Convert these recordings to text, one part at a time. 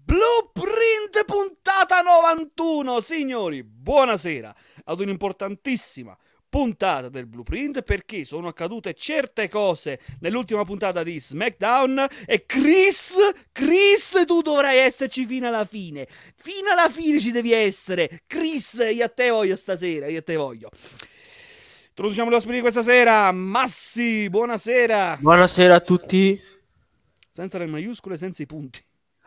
Blueprint puntata 91, signori, buonasera ad un'importantissima puntata del Blueprint perché sono accadute certe cose nell'ultima puntata di SmackDown e Chris, tu dovrai esserci fino alla fine ci devi essere, Chris, io a te voglio stasera, io a te voglio. Introduciamo gli ospiti di questa sera. Massi, buonasera. Buonasera a tutti. Senza le maiuscole, senza i punti.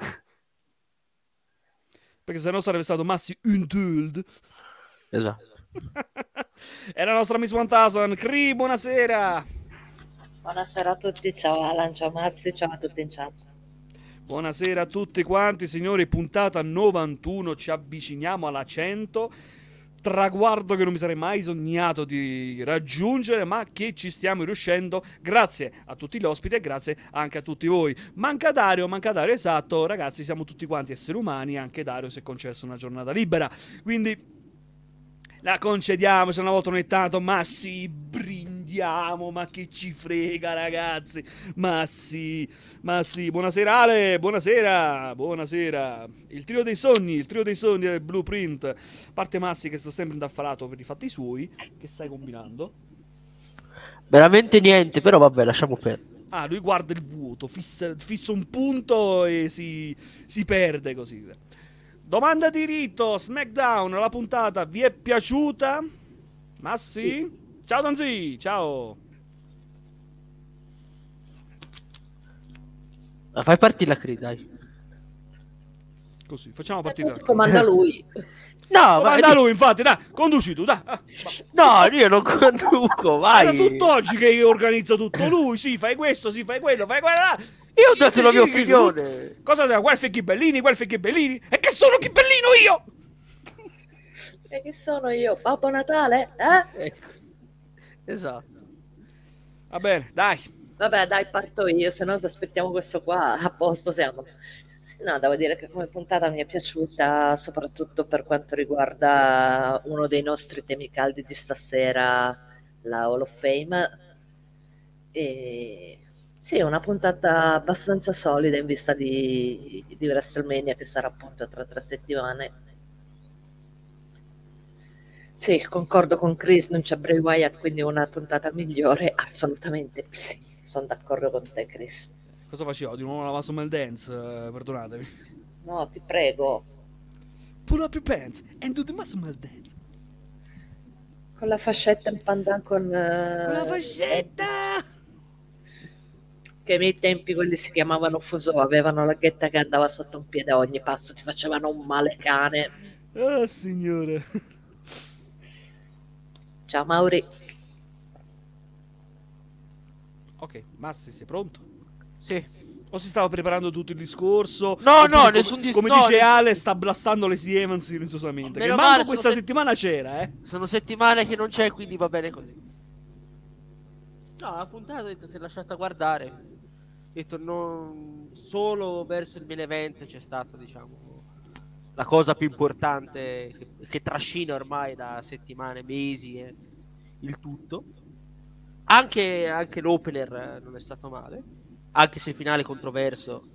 Perché sennò sarebbe stato Massi Untuld. Esatto. E la nostra Miss 1000, Cri, buonasera. Buonasera a tutti, ciao Alan, ciao Mazzi, ciao a tutti in chat. Buonasera a tutti quanti, signori, puntata 91, ci avviciniamo alla 100. Traguardo che non mi sarei mai sognato di raggiungere, ma che ci stiamo riuscendo grazie a tutti gli ospiti e grazie anche a tutti voi. Manca Dario, esatto, ragazzi, siamo tutti quanti esseri umani, anche Dario si è concesso una giornata libera, quindi la concediamoci una volta ogni tanto, ma sì, brindiamo, ma che ci frega, ragazzi, ma sì, buonasera Ale, buonasera, il trio dei sogni del Blueprint, a parte Massi che sta sempre indaffarato per i fatti suoi, che stai combinando? Veramente niente, però vabbè, lasciamo perdere. Ah, lui guarda il vuoto, fissa un punto e si perde così. Domanda di rito, SmackDown, la puntata vi è piaciuta? Massi? Ciao Danzi, ciao. Fai partire la Cree, dai. Così, facciamo partire la comanda lui. No, comanda lui, infatti, dai, conduci tu, dai. No, io non conduco, vai. Era tutto oggi che io organizzo tutto lui, sì, fai questo, sì, fai quello, fai quello. Io ho dato la mia opinione. Cosa sei? Guelfi e Ghibellini? E che sono Ghibellino io? E che sono io? Babbo Natale? Ecco. Esatto. Va bene, dai. Vabbè, dai, parto io, se no se aspettiamo questo qua, a posto siamo. Sì, no, devo dire che come puntata mi è piaciuta, soprattutto per quanto riguarda uno dei nostri temi caldi di stasera, la Hall of Fame. E sì, una puntata abbastanza solida in vista di WrestleMania che sarà appunto tra 3 settimane. Sì, concordo con Chris, non c'è Bray Wyatt, quindi una puntata migliore, assolutamente sì, sono d'accordo con te Chris. Cosa facevo? Di nuovo la Muscle Dance? Perdonatemi. No, ti prego. Pull up your pants and do the Muscle Dance. Con la fascetta in pandan con la fascetta! Che ai miei tempi quelli si chiamavano Fusò, avevano la ghetta che andava sotto un piede a ogni passo, ti facevano un male cane. Ah, signore. Ciao Mauri. Ok, Massi, sei pronto? Sì. O si stava preparando tutto il discorso? No, nessun discorso. Come dice Ale, sta blastando le Evans silenziosamente. Che manco questa settimana c'era, eh? Sono settimane che non c'è, quindi va bene così. No, la puntata ho detto si è lasciata guardare. Ho detto non solo verso il main event c'è stata, diciamo, la cosa più importante che trascina ormai da settimane, mesi, il tutto. Anche l'opener non è stato male, anche se il finale è controverso.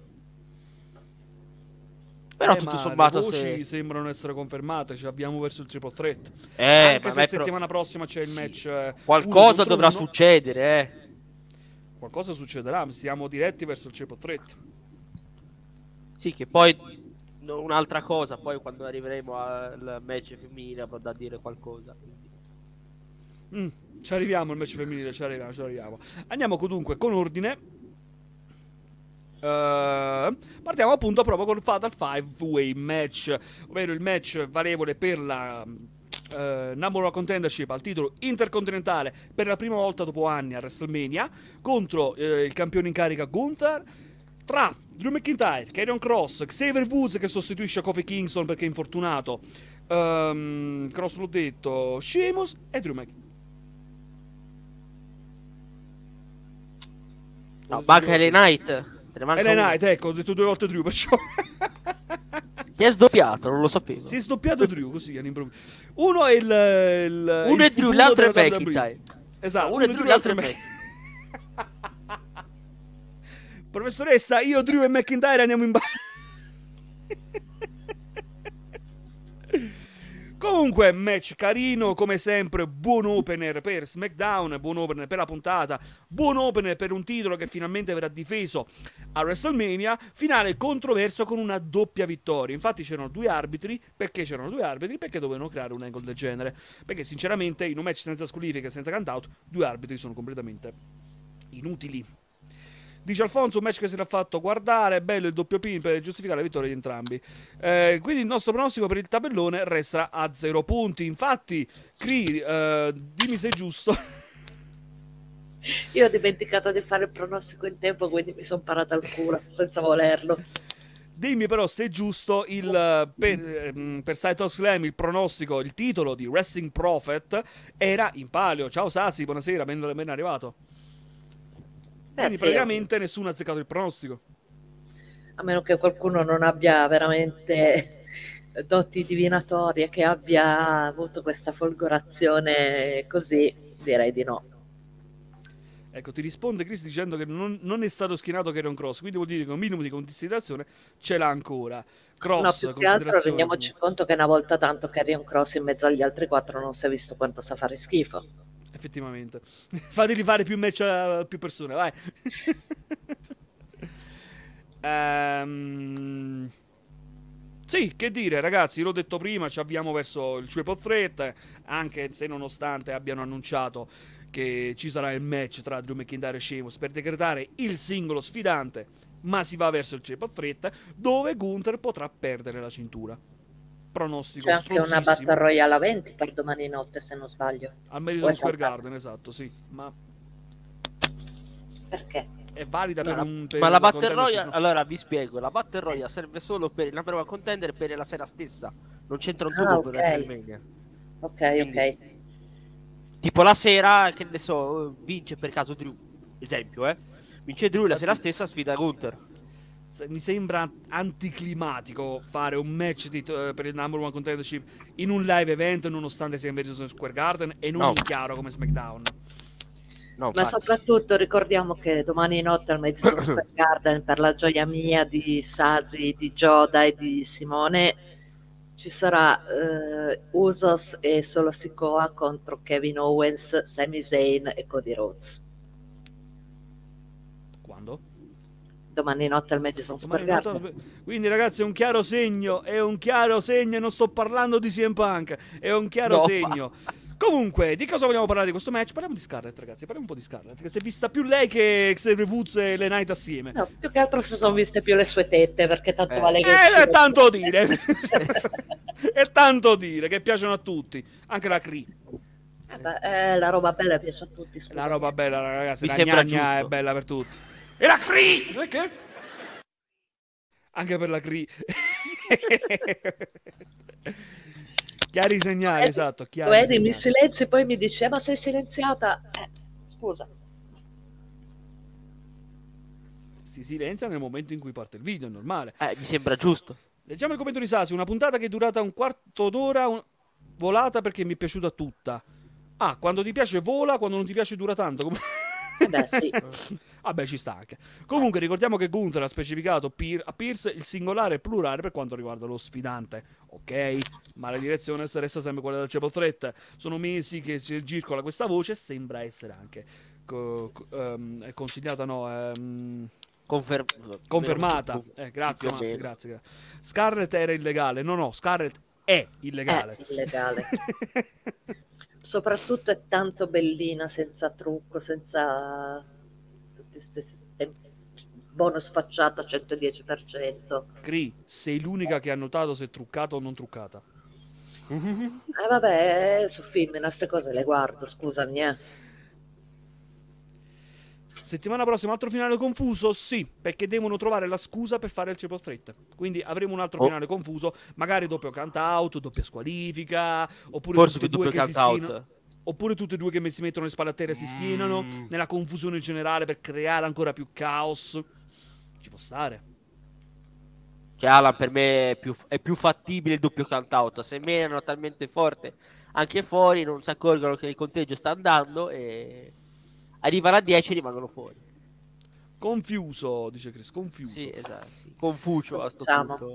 Però tutto sommato le voci sembrano essere confermate, ci abbiamo verso il triple threat. Anche ma se settimana prossima c'è il match. Qualcosa dovrà succedere, Qualcosa succederà, siamo diretti verso il triple threat. Sì, che poi un'altra cosa, poi quando arriveremo al match femminile avrò da dire qualcosa. Ci arriviamo al match femminile, ci arriviamo. Andiamo comunque con ordine. Partiamo appunto proprio col Fatal 5-Way match, ovvero il match valevole per la Number One Contendership al titolo intercontinentale per la prima volta dopo anni a WrestleMania contro il campione in carica Gunther, tra Drew McIntyre, Karrion Kross, Xavier Woods che sostituisce Kofi Kingston perché è infortunato, Kross l'ho detto, Sheamus e Drew McIntyre. No, manca LA Knight. LA Knight, ecco, ho detto 2 volte Drew, perciò si è sdoppiato, non lo sapevo. Si è sdoppiato Drew così all'improvviso. Uno è uno è Drew, l'altro è McIntyre. Esatto, no, uno è Drew, l'altro è McIntyre. Professoressa, io, Drew e McIntyre andiamo in Comunque, match carino, come sempre, buon opener per SmackDown, buon opener per la puntata, buon opener per un titolo che finalmente verrà difeso a WrestleMania, finale controverso con una doppia vittoria. Infatti c'erano due arbitri, perché c'erano due arbitri? Perché dovevano creare un angle del genere. Perché sinceramente in un match senza squalifiche e senza count-out, due arbitri sono completamente inutili. Dice Alfonso, un match che si era fatto guardare, bello il doppio pin per giustificare la vittoria di entrambi. Quindi il nostro pronostico per il tabellone resta a 0 punti. Infatti, Cree, dimmi se è giusto. Io ho dimenticato di fare il pronostico in tempo, quindi mi sono parata al culo senza volerlo. Dimmi però se è giusto per Side of Slam il pronostico, il titolo di Wrestling Prophet era in palio. Ciao Sasi, buonasera, ben arrivato. Quindi Sì, praticamente nessuno ha azzeccato il pronostico. a meno che qualcuno non abbia veramente doti divinatorie, che abbia avuto questa folgorazione così, direi di no. Ecco, ti risponde Chris dicendo che non è stato schierato Karrion Cross, quindi vuol dire che un minimo di considerazione ce l'ha ancora. Cross, No, più che altro rendiamoci conto che una volta tanto Karrion Cross in mezzo agli altri 4 non si è visto quanto sa fare schifo. Effettivamente. Fateli fare più match a più persone, vai. Sì, che dire, ragazzi, l'ho detto prima, ci avviamo verso il triple threat, anche se nonostante abbiano annunciato che ci sarà il match tra Drew McIntyre e Sheamus per decretare il singolo sfidante, ma si va verso il triple threat, dove Gunther potrà perdere la cintura. Pronostico c'è anche una Battle Royale a 20 per domani notte, se non sbaglio. Al Madison Square Garden, esatto, sì. Ma perché? È valida per un ma la Battle Royale, allora vi spiego, la Battle Royale serve solo per la prova contender per la sera stessa, non c'entra un tubo per WrestleMania. Ok. Tipo la sera, che ne so, vince per caso Drew, esempio, vince Drew, la sera stessa sfida Gunther. Mi sembra anticlimatico fare un match per il number one contendership in un live event nonostante sia in Madison Square Garden e non in chiaro come SmackDown. No, ma soprattutto ricordiamo che domani notte al Madison Square Garden, per la gioia mia, di Sasi, di Gioda e di Simone, ci sarà Usos e Solo Sikoa contro Kevin Owens, Sami Zayn e Cody Rhodes. Quando? Domani notte al Madison Square Garden. Quindi ragazzi è un chiaro segno, e non sto parlando di CM Punk, è un chiaro segno. Comunque, di cosa vogliamo parlare di questo match? Parliamo di Scarlett, ragazzi, parliamo un po' di Scarlett, che si è vista più lei che Xavier Woods e le Knight assieme. No, più che altro si sono viste più le sue tette, perché tanto vale che... È tanto dire. È tanto dire, che piacciono a tutti, anche la Cree. La roba bella piace a tutti, scusate. La roba bella, ragazzi, mi la sembra gnagna giusto. è bella per tutti. E la Cree! Perché? Anche per la Cree. Chiari segnali, esatto. Tu eri in silenzio e poi mi dice, ma sei silenziata? Scusa. Si silenzia nel momento in cui parte il video, è normale. Mi sembra giusto. Leggiamo il commento di Sasi, una puntata che è durata un quarto d'ora volata perché mi è piaciuta tutta. Ah, quando ti piace vola, quando non ti piace dura tanto. Sì. Vabbè, ci sta anche. Comunque ricordiamo che Gunther ha specificato a Pierce il singolare e il plurale per quanto riguarda lo sfidante. Ok, ma la direzione resta sempre quella del triple threat. Sono mesi che si circola questa voce e sembra essere anche consigliata, confermata. Grazie, Massi, grazie. Scarlett era illegale. No, Scarlett è illegale. È illegale. Soprattutto è tanto bellina, senza trucco, senza tutti questi bonus facciata 110%. Cree, sei l'unica che ha notato se è truccata o non truccata. Vabbè, su film queste cose le guardo, scusami. Settimana prossima altro finale confuso? Sì, perché devono trovare la scusa per fare il triple threat. Quindi avremo un altro finale confuso, magari doppio count out, doppia squalifica, oppure forse tutti e due doppio che count si out. Oppure tutti e due che si mettono le spalle a terra e si schienano nella confusione generale per creare ancora più caos. Ci può stare. Cioè, Alan, per me è più fattibile il doppio count out. Se menano talmente forte anche fuori, non si accorgono che il conteggio sta andando e arrivano a 10 e rimangono fuori. Confuso, dice Chris, confuso. Sì, esatto. Sì. Confucio a sto punto.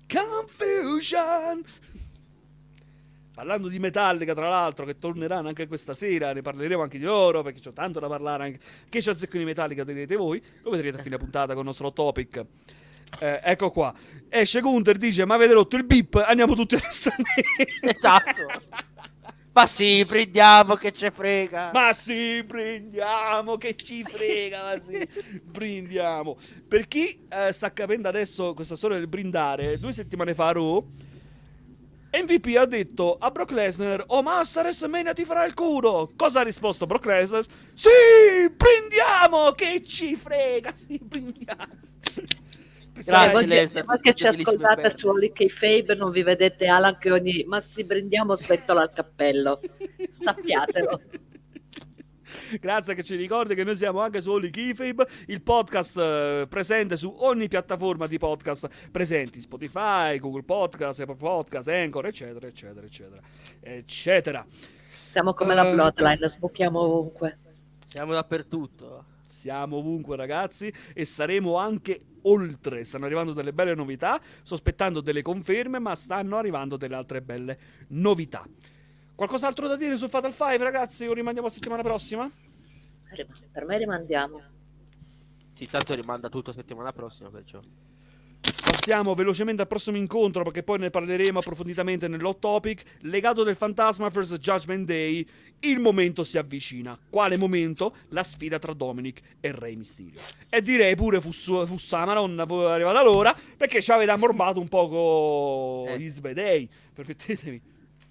Confusion. Parlando di Metallica, tra l'altro, che torneranno anche questa sera, ne parleremo anche di loro, perché c'ho tanto da parlare anche. Che c'ho zecco di Metallica, direte voi, lo vedrete a fine puntata con il nostro topic. Ecco qua. Esce Gunther, dice, ma avete rotto il beep, andiamo tutti a WrestleMania. Esatto. Ma sì, prendiamo che ci frega. Ma sì, prendiamo, che ci frega, ma sì, brindiamo. Per chi sta capendo adesso questa storia del brindare, 2 settimane fa a Raw, MVP ha detto a Brock Lesnar, oh massa, WrestleMania ti farà il culo. Cosa ha risposto Brock Lesnar? Sì, brindiamo, che ci frega, sì, brindiamo. Grazie, Lesnar. Voi che ci ascoltate su Holy Kayfabe non vi vedete Alan che ogni ma si prendiamo svettola al cappello, sappiatelo. Grazie che ci ricordi che noi siamo anche su Holy Kayfabe, il podcast presente su ogni piattaforma di podcast presenti, Spotify, Google Podcast, Apple Podcast, Anchor, eccetera, eccetera, eccetera, eccetera. Siamo come la Bloodline, sbuchiamo ovunque. Siamo dappertutto. Siamo ovunque, ragazzi, e saremo anche oltre. Stanno arrivando delle belle novità, sospettando delle conferme, ma stanno arrivando delle altre belle novità. Qualcos'altro da dire su Fatal 5, ragazzi, o rimandiamo a settimana prossima? Per me rimandiamo. Sì, tanto rimanda tutto settimana prossima, perciò. Passiamo velocemente al prossimo incontro, perché poi ne parleremo approfonditamente nell'hot topic. Legato del Fantasma vs Judgment Day. Il momento si avvicina. Quale momento? La sfida tra Dominic e Rey Mysterio. E direi pure fussa Maronna arrivata l'ora, perché ci avete ammorbato un poco gli svedei, permettetemi.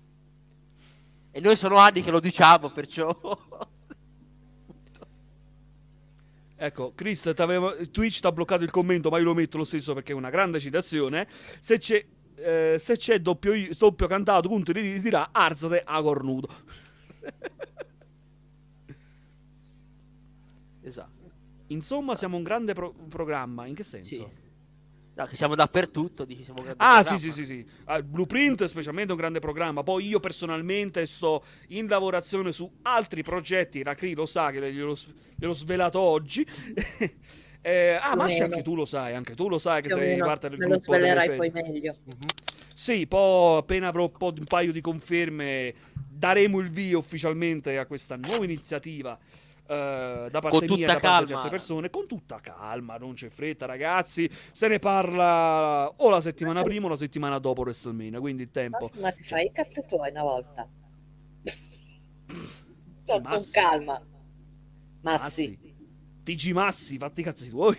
E noi sono anni che lo diciamo, perciò. Ecco, Chris, Twitch ti ha bloccato il commento, ma io lo metto lo stesso perché è una grande citazione. Se c'è doppio cantato, Gunther gli dirà arzate a cornuto. Esatto. Insomma, siamo un grande programma. In che senso? Sì. No, che siamo dappertutto, dici, siamo un grande Ah, programma. sì. Blueprint, specialmente un grande programma. Poi io personalmente sto in lavorazione su altri progetti. La Cri lo sa, che gliel'ho svelato oggi. Massi, anche tu lo sai che sei parte del me gruppo. lo svelerai poi meglio. Sì, poi appena avrò un paio di conferme daremo il via ufficialmente a questa nuova iniziativa. Da parte mia, da parte di altre persone, con tutta calma, non c'è fretta, ragazzi. Se ne parla o la settimana prima o la settimana dopo WrestleMania, quindi il tempo. Ma ti fai i cazzi tuoi una volta. Con calma. Massi. TG Massi, fatti i cazzi tuoi.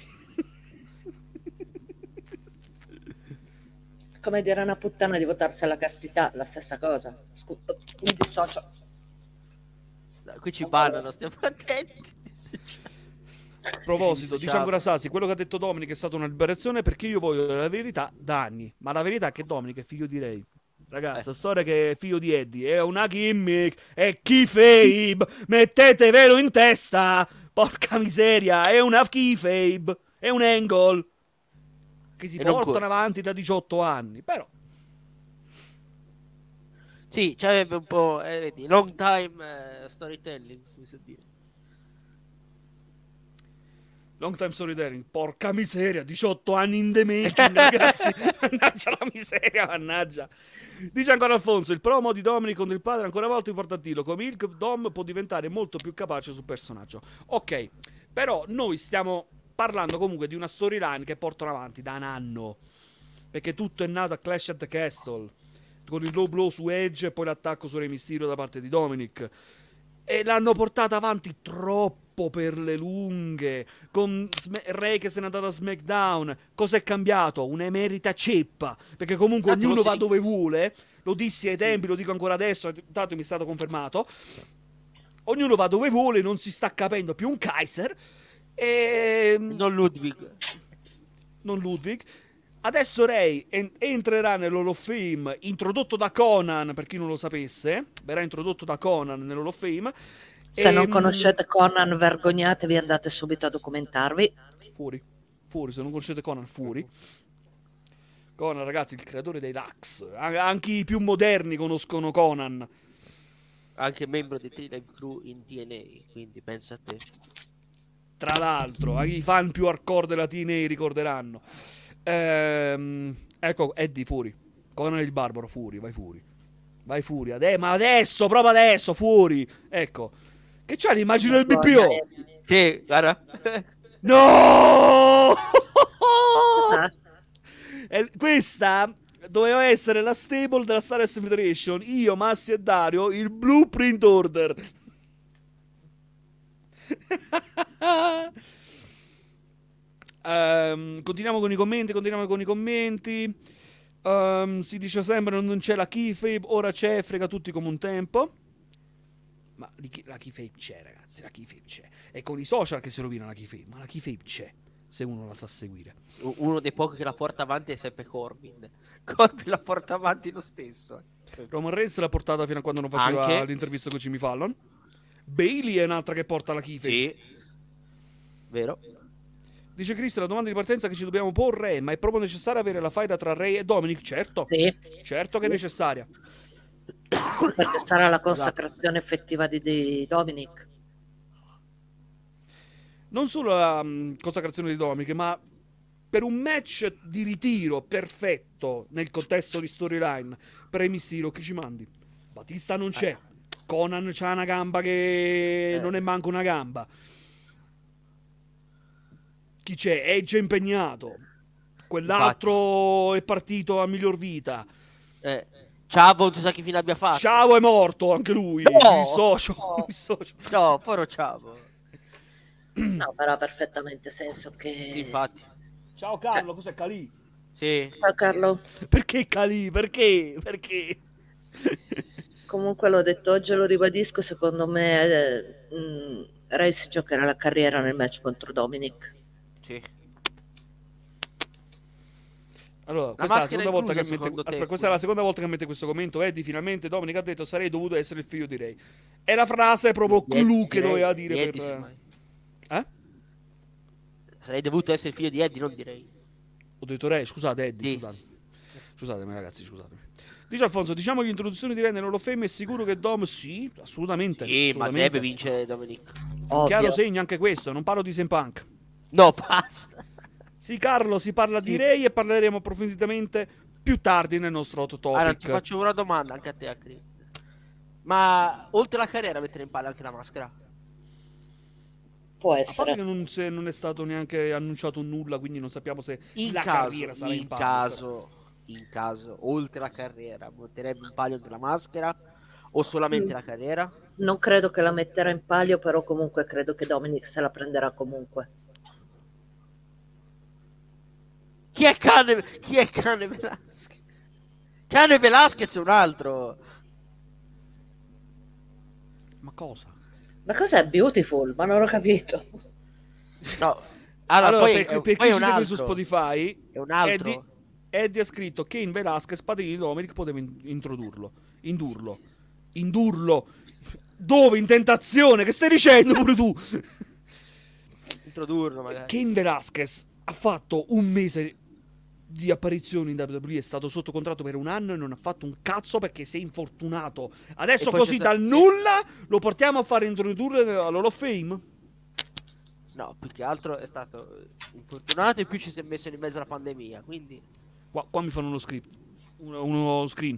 Come dire una puttana di votarsi alla castità, la stessa cosa. Mi dissocio. Qui ci ballano, stiamo attenti. A proposito, dice ancora Sasi, quello che ha detto Dominic è stata una liberazione, perché io voglio la verità da anni. Ma la verità è che Dominic è figlio di Ray. Ragazzi, la storia che è figlio di Eddie è una gimmick, è kayfabe. Mettetevelo in testa. Porca miseria, è una kayfabe, è un angle che si portano avanti da 18 anni, però. Sì, c'è un po', vedi, long time storytelling, come si dice. Long time storytelling, porca miseria, 18 anni in the making, ragazzi. Mannaggia la miseria, mannaggia. Dice ancora Alfonso, il promo di Dominic contro il padre ancora una volta importa a dirlo, come il Dom può diventare molto più capace sul personaggio. Ok, però noi stiamo parlando comunque di una storyline che portano avanti da un anno, perché tutto è nato a Clash at the Castle, con il low blow su Edge e poi l'attacco su Rey Mysterio da parte di Dominic, e l'hanno portata avanti troppo per le lunghe, con Rey che se n'è andato a SmackDown. Cos'è cambiato? Un'emerita ceppa, perché comunque ognuno va dove vuole. Lo dissi ai tempi, lo dico ancora adesso, tanto mi è stato confermato. Ognuno va dove vuole, non si sta capendo più un Kaiser. E non Ludwig. Adesso Rey entrerà nell'Hall of Fame, introdotto da Conan, per chi non lo sapesse. Verrà introdotto da Conan nell'Hall of Fame. Se non conoscete Conan, vergognatevi, andate subito a documentarvi. Fuori, se non conoscete Conan, fuori. Conan, ragazzi, il creatore dei Lux. Anche i più moderni conoscono Conan. Anche membro di Three Crew in TNA, quindi pensa a te. Tra l'altro, i fan più hardcore della TNA ricorderanno. Ecco, Eddie fuori. Conan il Barbaro fuori, vai fuori. Vai fuori, ma adesso, proprio adesso, fuori. Ecco. Che c'ha l'immagine del BPO? Sì, guarda. No! Questa doveva essere la stable della Star Wars Federation. Io, Massi e Dario, il Blueprint Order. Continuiamo con i commenti. Si dice sempre non c'è la keyfabe, ora c'è, frega tutti come un tempo. Ma la keyfabe c'è, ragazzi, la keyfabe c'è. È con i social che si rovina la keyfabe, ma la keyfabe c'è, se uno la sa seguire. Uno dei pochi che la porta avanti è sempre Corbin. Corbin la porta avanti lo stesso. Roman Reigns l'ha portata fino a quando non faceva Anche l'intervista con Jimmy Fallon. Bailey è un'altra che porta la keyfabe. Sì, vero. Dice Cristian, la domanda di partenza che ci dobbiamo porre è: ma è proprio necessario avere la faida tra Rey e Dominic? Certo, Sì. certo che è necessaria. Perché sarà la consacrazione effettiva di Dominic. Non solo la consacrazione di Dominic, ma per un match di ritiro perfetto nel contesto di storyline per Rey Mysterio, chi ci mandi? Batista non c'è, Conan c'ha una gamba che non è manco una gamba. Chi c'è? Edge è impegnato, quell'altro è partito a miglior vita. Ciao, non sa che fine abbia fatto. Ciao è morto anche lui. No! Il socio. No, povero Ciao. No, però ha perfettamente senso che... Sì, infatti. Ciao Carlo, cos'è Calì? Sì. Ciao Carlo. Perché Calì? Perché? Comunque l'ho detto oggi e lo ribadisco, secondo me Rey si giocherà la carriera nel match contro Dominic. Sì. Allora, questa è la seconda volta che mette... Aspetta, questa è la seconda volta che mette questo commento. Eddie finalmente Dominic ha detto sarei dovuto essere il figlio di Rey. È la frase proprio clou che doveva dire per... Sarei dovuto essere il figlio di Eddie, non di Rey. Ho detto Rey, scusate Eddie, Sì. Scusatemi ragazzi, scusatemi. Dice Alfonso, diciamo che l'introduzione di Rey nell'Hall of Fame è sicuro che Dom... Sì, assolutamente. Sì, assolutamente. ma deve vincere Dominic. Chiaro segno anche questo, non parlo di CM Punk. No, basta. Sì, Carlo, si parla di Rey e parleremo approfonditamente più tardi nel nostro hot topic. Allora, ti faccio una domanda anche a te, Acri. Ma oltre la carriera mettere in palla anche la maschera? Può A parte essere. che non è stato neanche annunciato nulla, quindi non sappiamo se la caso, carriera sarà in palla. In caso, oltre la carriera, metterebbe in palio anche la maschera o solamente la carriera? Non credo che la metterà in palio, però comunque credo che Dominic se la prenderà comunque. Chi è Cane Velasquez? Cane Velasquez è un altro. Ma cosa? Ma cos'è Beautiful? Ma non ho capito. No. Allora poi, per poi chi è ci un segue altro. su Spotify, È un altro. Eddie ha scritto che in Velasquez, padrino di Dominic, poteva indurlo. Dove? In tentazione? Che stai dicendo pure tu? Introdurlo magari. Cain Velasquez ha fatto un mese di apparizioni in WWE, è stato sotto contratto per un anno e non ha fatto un cazzo perché si è infortunato. Adesso così dal nulla lo portiamo a fare introdurre all'Hall of Fame? No, più che altro è stato infortunato e più ci si è messo in mezzo alla pandemia, quindi... Qua mi fanno uno script, uno screen.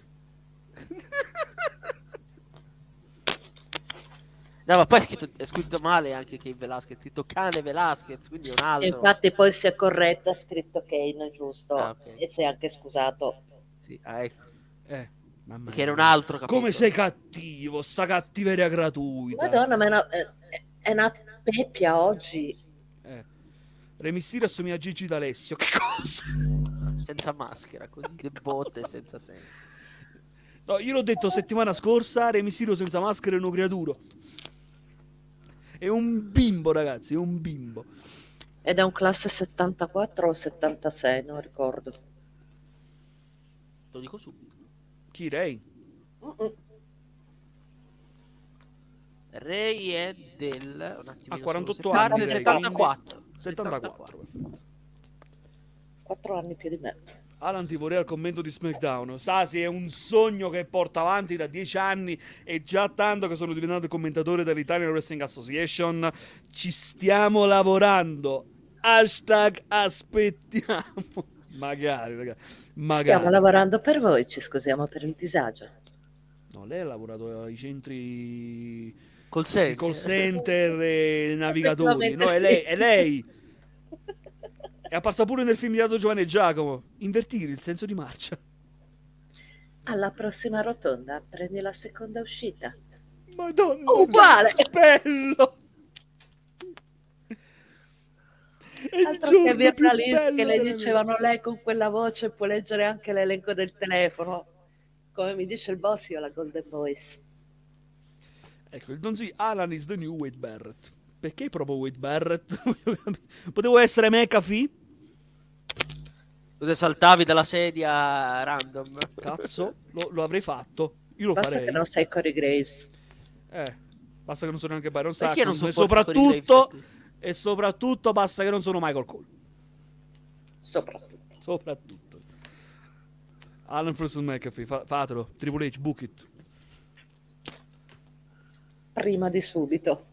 No, ma poi è scritto male anche Cain Velasquez, è scritto Cane Velasquez, quindi è un altro. Infatti poi si è corretto, ha scritto Kane, giusto? Okay. E si è anche scusato. Sì, ecco. Mamma che era un altro capitolo. Come sei cattivo, sta cattiveria gratuita. Madonna, ma è una peppia oggi. Rey Mysterio assomiglia a Gigi D'Alessio, che cosa? Senza maschera, così, che botte senza senso. No, io l'ho detto settimana scorsa, Rey Mysterio senza maschera è uno creaturo. È un bimbo, ragazzi, è un bimbo. Ed è un classe 74 o 76, non ricordo. Lo dico subito. Chi, Rey? Rey è del... Un attimo, 48 anni. 74. 74. 4 anni più di me. Alan ti vorrei al commento di SmackDown. Sasi è un sogno che porta avanti da 10 anni e già tanto che sono diventato commentatore dell'Italian Wrestling Association. Ci stiamo lavorando. Hashtag aspettiamo. Magari, ragazzi. Magari. Stiamo lavorando per voi, ci scusiamo per il disagio. No, lei ha lavorato ai centri Call i call center e navigatori. No, Effettivamente è lei. È apparsa pure nel film di Dato Giovanni e Giacomo. Invertire il senso di marcia. Alla prossima rotonda prendi la seconda uscita. Madonna. Uguale! Che bello. È il Altro che giorno più Virna Liz bello che le della dicevano lei con quella voce può leggere anche l'elenco del telefono. Come mi dice il boss, io ho la Golden Voice. Ecco, il Don Z, Alan is the new Wade Barrett. Perché proprio Wade Barrett? Potevo essere McAfee? Cos'è, saltavi dalla sedia random? Cazzo, lo avrei fatto. Io lo Basta farei. che non sei Corey Graves. Basta che non sono neanche Byron Perché non Saxon. sopporti E soprattutto basta che non sono Michael Cole. Soprattutto. Alan vs McAfee, fatelo. Triple H, book it. Prima di subito.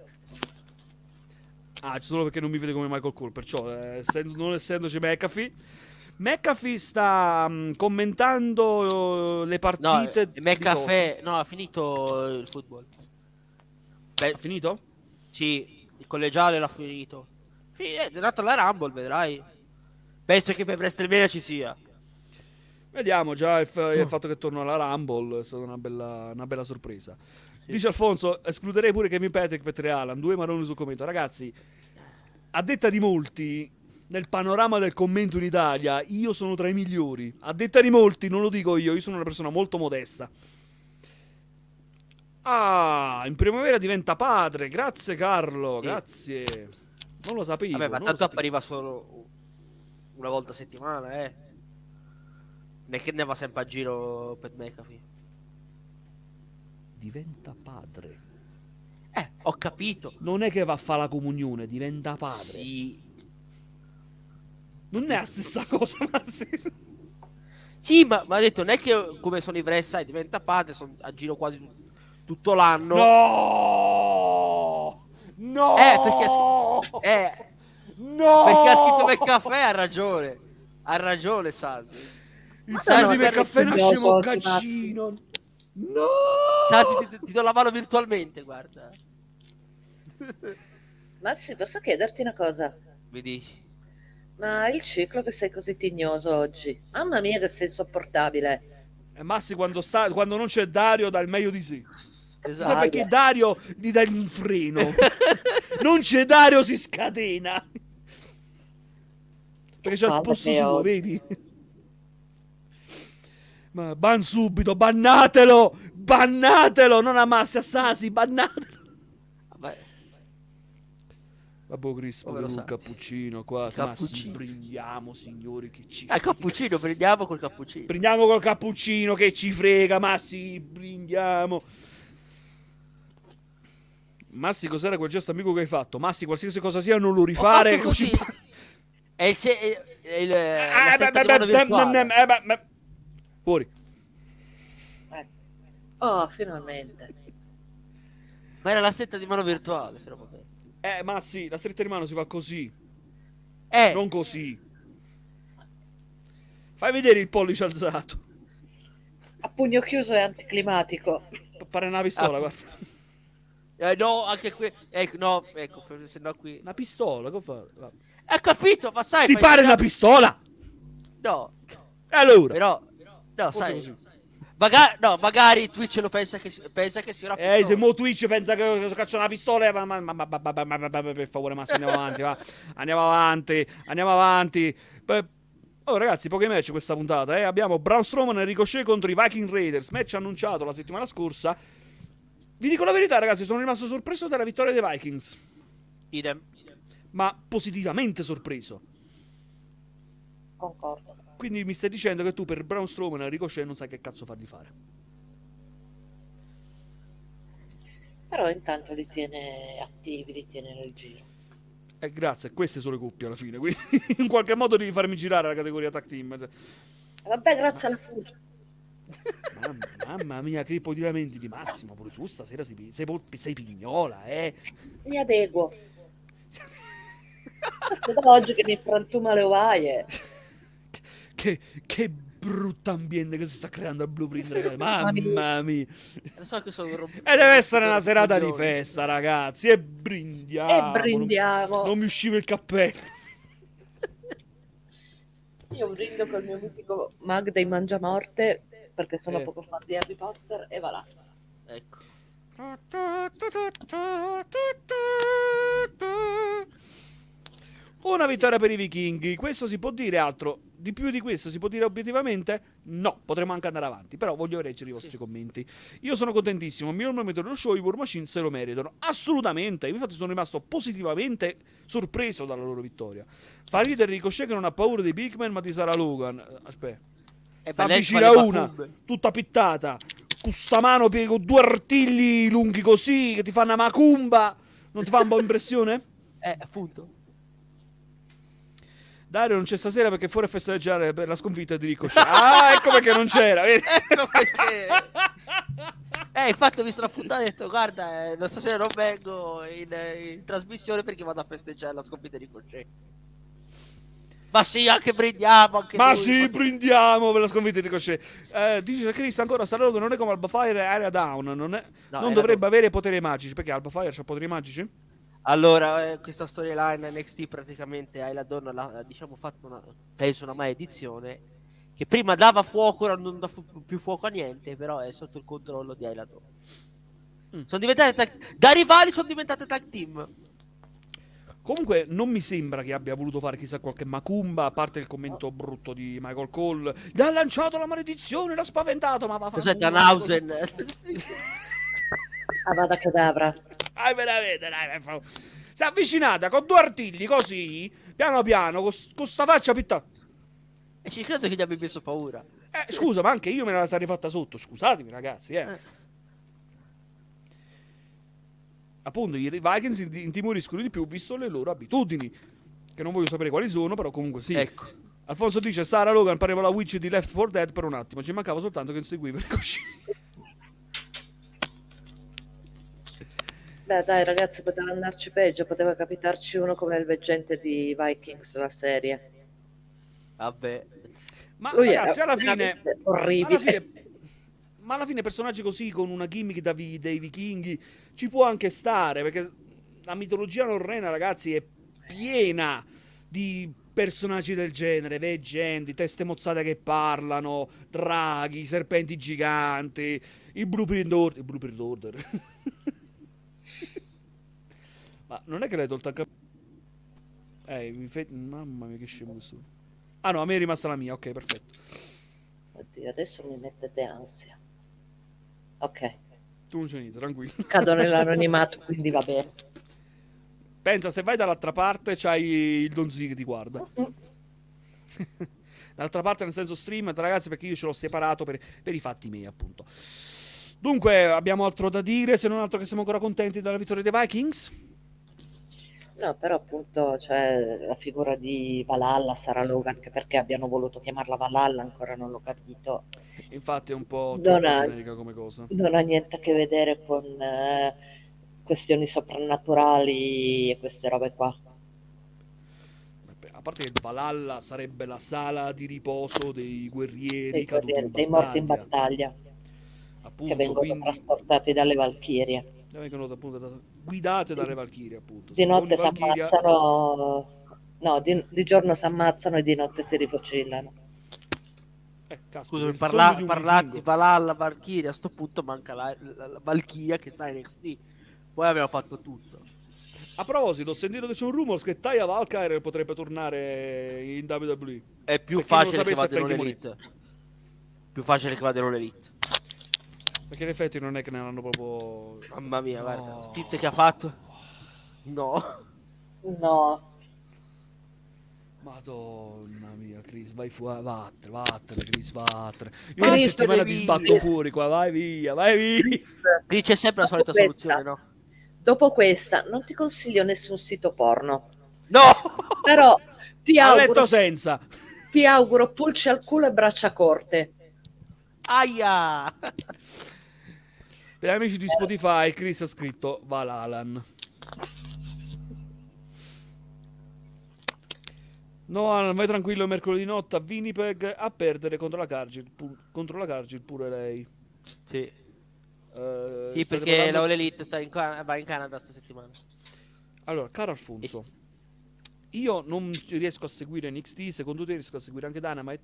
Solo perché non mi vede come Michael Cole, perciò non essendoci McAfee sta commentando le partite. No, McAfee, no, ha finito il football. Ha finito? Sì, il collegiale l'ha finito. È nato alla Rumble, vedrai. Penso che per WrestleMania ci sia. Vediamo, già il fatto che torno alla Rumble è stata una bella sorpresa. Sì. Dice Alfonso, escluderei pure Kevin Patrick per 3 Alan, 2 maroni sul commento. Ragazzi, a detta di molti, nel panorama del commento in Italia, io sono tra i migliori. A detta di molti, non lo dico io sono una persona molto modesta. In primavera diventa padre, grazie Carlo, sì. Grazie. Non lo sapevo. Vabbè, ma tanto appariva solo una volta a settimana, Non è che ne va sempre a giro per McAfee. Diventa padre. Ho capito. Non è che va a fare la comunione, diventa padre. Sì. Non è la stessa cosa, ma sì, ma ha detto, non è che come sono i Vressai, diventa padre, sono a giro quasi tutto l'anno. No! Perché ha scritto McAfee, ha ragione. Ha ragione, Sasi. Il Sasi McAfee nasce moccaccino. No! Sasi, ti do la mano virtualmente, guarda. Massi, posso chiederti una cosa? Mi dici? Ma il ciclo che sei così tignoso oggi? Mamma mia che sei insopportabile. Massi quando non c'è Dario dà il meglio di sé. Esatto. Sai perché Dario gli dà il freno? Non c'è Dario, si scatena. Perché c'è il posto suo, vedi? Ma ban subito, bannatelo! Bannatelo! Non a Massi, a Sasi, bannatelo! Vabbè, Cristo, un cappuccino qua. Cappuccino. Brindiamo, signori, che ci frega. Cappuccino, brindiamo col cappuccino. Brindiamo col cappuccino, che ci frega, ma sì, brindiamo. Massi, cos'era quel gesto amico che hai fatto? Massi, qualsiasi cosa sia, non lo rifare. Così. È fuori. Oh, finalmente. Ma era la stretta di mano virtuale, però vabbè. Ma sì, la stretta di mano si fa così. Non così. Fai vedere il pollice alzato. A pugno chiuso è anticlimatico. Pare una pistola, guarda. No, anche qui. Ecco, se no qui. Una pistola, che fa? Hai capito, ma sai. Ti pare una pistola? No. Allora. Però, no, forse sai. Così. Magari Twitch lo pensa che sia una pistola. Se mo Twitch pensa che caccia una pistola, ma per favore, ma andiamo avanti, va. Andiamo avanti. Oh, ragazzi, pochi match questa puntata, Abbiamo Braun Strowman e Ricochet contro i Viking Raiders, match annunciato la settimana scorsa. Vi dico la verità, ragazzi, sono rimasto sorpreso dalla vittoria dei Vikings. Idem. Ma positivamente sorpreso. Concordo. Quindi mi stai dicendo che tu per Braun Strowman e Ricochet non sai che cazzo fargli fare. Però intanto li tiene attivi, li tiene nel giro. Grazie, queste sono le coppie alla fine, quindi in qualche modo devi farmi girare la categoria tag team. Vabbè, grazie alla fuga. Mamma mia, che ipotiramenti di Massimo, pure tu stasera sei pignola, Mi adeguo. Questo da oggi che mi frantuma le ovaie. Che brutto ambiente che si sta creando al Blueprint, ragazzi. Mamma mia. Lo so che sono E deve essere una serata di festa, ragazzi. E brindiamo. E brindiamo. Non mi usciva il cappello. Io brindo col mio mitico mug dei Mangiamorte perché sono Sì. poco fan di Harry Potter e va là. Ecco. Una vittoria per i vichinghi. Questo si può dire altro? Di più di questo si può dire obiettivamente? No, potremmo anche andare avanti. Però voglio leggere i vostri commenti. Io sono contentissimo. Il miglior momento dello show, i War Machine se lo meritano. Assolutamente. Infatti sono rimasto positivamente sorpreso dalla loro vittoria. Fa ridere Ricochet che non ha paura dei Big Man ma di Sarah Logan. Aspetta. Si avvicina una, tutta pittata. Con sta mano piego due artigli lunghi così che ti fanno una macumba. Non ti fa un po' impressione? Appunto. Dario non c'è stasera perché è fuori a festeggiare per la sconfitta di Ricochet. Ah, ecco perché non c'era. Vedi? Ecco perché. Infatti ho visto la puntata e ho detto guarda, stasera non vengo in trasmissione perché vado a festeggiare la sconfitta di Ricochet. Ma sì, anche brindiamo. Anche Ma lui, sì, brindiamo per la sconfitta di Ricochet. Dice Chris ancora, Sarah non è come Alba Fire e Area Down. Non dovrebbe avere poteri magici. Perché Alba Fire c'ha poteri magici? Allora, questa storyline NXT praticamente Ayla Dawn ha diciamo fatto penso una maledizione che prima dava fuoco, ora non dà più fuoco a niente, però è sotto il controllo di Ayla Dawn. Sono diventate da rivali, sono diventate tag team. Comunque non mi sembra che abbia voluto fare chissà qualche macumba, a parte il commento brutto di Michael Cole. Gli ha lanciato la maledizione, l'ha spaventato, ma va a Cos'è Danhausen? Avada Kedavra. Veramente, dai. Si è avvicinata con due artigli così, piano piano, con sta faccia pittata. E ci credo che gli abbia messo paura. Scusa, ma anche io me la sarei fatta sotto, scusatemi ragazzi, Appunto, i Vikings intimoriscono di più visto le loro abitudini, che non voglio sapere quali sono, però comunque sì. Ecco. Alfonso dice, Sarah Logan pareva la witch di Left 4 Dead per un attimo, ci mancava soltanto che inseguiva Ricochet. Beh dai ragazzi, poteva andarci peggio, poteva capitarci uno come il veggente di Vikings, la serie. Vabbè. Ma Lui ragazzi, è alla fine... orribile. Ma alla fine personaggi così, con una gimmick dei vichinghi, ci può anche stare, perché la mitologia norrena, ragazzi, è piena di personaggi del genere, veggenti, teste mozzate che parlano, draghi, serpenti giganti, il Blueprint Order. Ma non è che l'hai tolto anche... mamma mia che scemo questo. Ah no, a me è rimasta la mia, ok, perfetto. Oddio, adesso mi mettete ansia. Ok. Tu non c'è niente, tranquillo. Cado nell'anonimato, quindi va bene. Pensa, se vai dall'altra parte c'hai il Donzi che ti guarda. Dall'altra parte nel senso stream, ragazzi, perché io ce l'ho separato per i fatti miei, appunto. Dunque, abbiamo altro da dire, se non altro che siamo ancora contenti della vittoria dei Vikings? No, però appunto c'è la figura di Valhalla, Sarah Logan, che perché abbiano voluto chiamarla Valhalla ancora non l'ho capito. Infatti è un po' Non troppo ha- generica come cosa. Non ha niente a che vedere con questioni soprannaturali e queste robe qua. A parte che Valhalla sarebbe la sala di riposo dei guerrieri Dei morti in battaglia, appunto, che vengono quindi trasportati dalle Valchirie. vengono appunto guidate dalle Valchirie, appunto. Di notte si Valchiria... ammazzano, no, di giorno si ammazzano e di notte si rifocillano. Scusami, parlare di Valhalla, Valchiria, a sto punto manca la Valchiria che sta in NXT. Poi abbiamo fatto tutto. A proposito, ho sentito che c'è un rumors che Taya Valkyrie potrebbe tornare in WWE. È più Perché facile che non vada in Elite. Più facile che vada in Elite. Perché in effetti non è che ne hanno proprio... Mamma mia, guarda, stint che ha fatto. No. Madonna mia, Chris, vai fuori, vattene, Chris, vattene. Io Chris, una settimana devi- ti sbatto fuori qua, vai via. Lì c'è sempre la solita soluzione, no? Dopo questa, non ti consiglio nessun sito porno. No! Però A letto senza. ti auguro pulci al culo e braccia corte. Aia! Per gli amici di Spotify, Chris ha scritto Valalan. No, vai tranquillo mercoledì notte a Winnipeg a perdere contro la Cargill, pure lei. Sì, State perché parlando- la All Elite va in Canada sta settimana. Allora, caro Alfonso, io non riesco a seguire NXT, secondo te riesco a seguire anche Dynamite?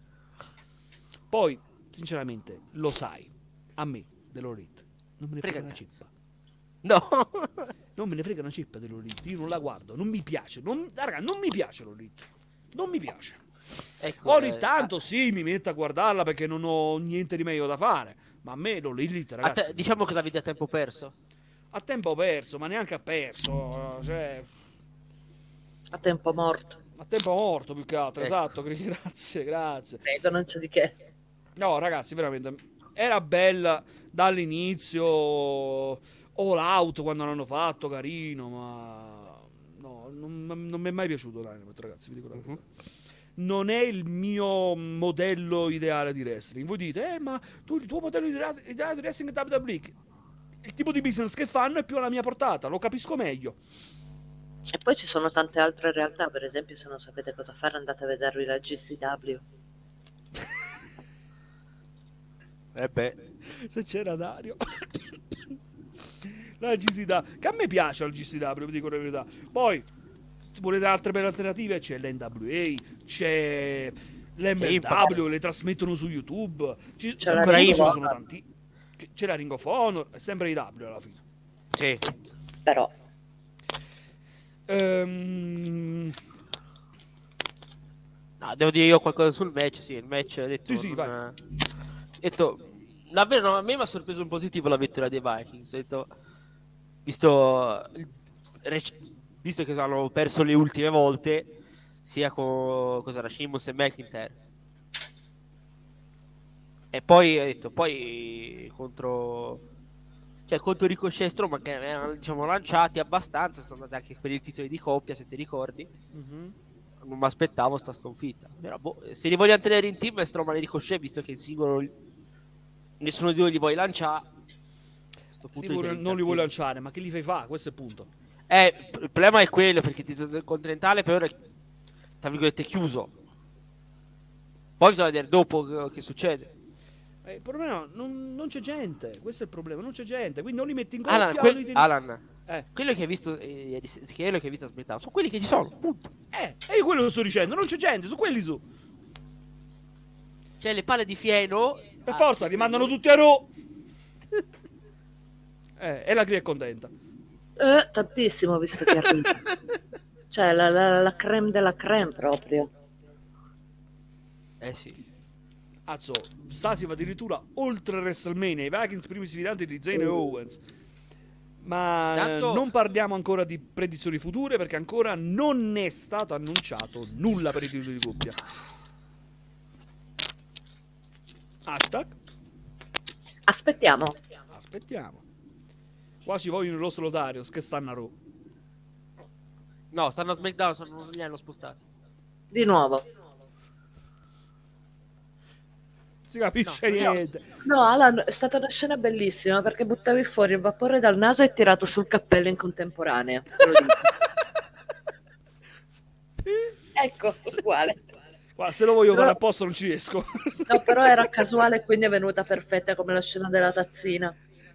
Poi, sinceramente, lo sai, a me, dell'Elite, non me ne frega Frega una un cazzo. cippa. No. Non me ne frega una cippa dell'Elite, io non la guardo, non mi piace, raga, non mi piace l'Elite, non mi piace. Ecco, Ogni tanto sì, mi metto a guardarla perché non ho niente di meglio da fare, ma a me l'Elite, ragazzi, diciamo che la vedi a tempo perso. a tempo perso, ma neanche ha perso, cioè... A tempo morto. A tempo morto più che altro, Ecco. esatto, grazie. Credo, non c'è di che. No, ragazzi, veramente, era bella dall'inizio, All Out quando l'hanno fatto, carino, ma... No, non mi è mai piaciuto Dynamite, ragazzi, vi dico la verità. Non è il mio modello ideale di wrestling. Voi dite, ma tu il tuo modello ideale di wrestling è WWE. Il tipo di business che fanno è più alla mia portata, lo capisco meglio. E poi ci sono tante altre realtà, per esempio, se non sapete cosa fare andate a vedervi la GCW. Se c'era Dario. La GCW, che a me piace la GCW, vi dico la verità. Poi, se volete altre belle alternative, c'è l'NWA, c'è l'MLW, le trasmettono su YouTube. C'è la su Ring YouTube of sono Honor. tanti. C'è la Ring of Honor, è sempre IW alla fine. Sì. Però, No, devo dire io qualcosa sul match, sì, il match ho detto, Sì, vai. ho detto davvero, no, a me mi ha sorpreso in positivo la vittoria dei Vikings, ho detto, visto visto che hanno perso le ultime volte sia con cos'era Sheamus e McIntyre. E poi ho detto, poi contro Ricochet e Strowman che erano, diciamo, lanciati abbastanza, sono andati anche per i titoli di coppia, se ti ricordi. Non mi aspettavo sta sconfitta. Però se li vogliono tenere in team Strowman e Ricochet, visto che in singolo nessuno di due li vuoi lanciare, a questo punto non li vuoi lanciare, ma che li fai fare? Questo è il punto. il problema è quello, perché il titolo continentale per ora è, tra virgolette, chiuso. Poi bisogna vedere dopo che succede. Il problema non c'è gente, questo è il problema, non c'è gente, quindi non li metti in coppia. Alan, Eh. quello che hai visto quello che hai visto a SmackDown sono quelli che ci sono, punto. E io quello che sto dicendo, non c'è gente, su quelli su. Cioè le palle di fieno Per forza, li mandano tutti a Raw. E la Cria è contenta. tantissimo, visto che arriva. Cioè, la creme della creme proprio. sì. Azzo, Sasi va addirittura oltre WrestleMania, i Vikings primi sfidanti di Zayn e Owens. Ma Tanto- non parliamo ancora di predizioni future perché ancora non è stato annunciato nulla per i titoli di coppia. Hashtag Aspettiamo. aspettiamo. Qua ci vogliono lo Lotarios che stanno a Raw. No, stanno a SmackDown, non li hanno spostati. Di nuovo. Si capisce No, niente. No, Alan, è stata una scena bellissima perché buttavi fuori il vapore dal naso e tirato sul cappello in contemporanea. Te lo dico. Ecco, uguale. Guarda, se lo voglio Però- fare apposta non ci riesco. No, però era casuale e quindi è venuta perfetta come la scena della tazzina.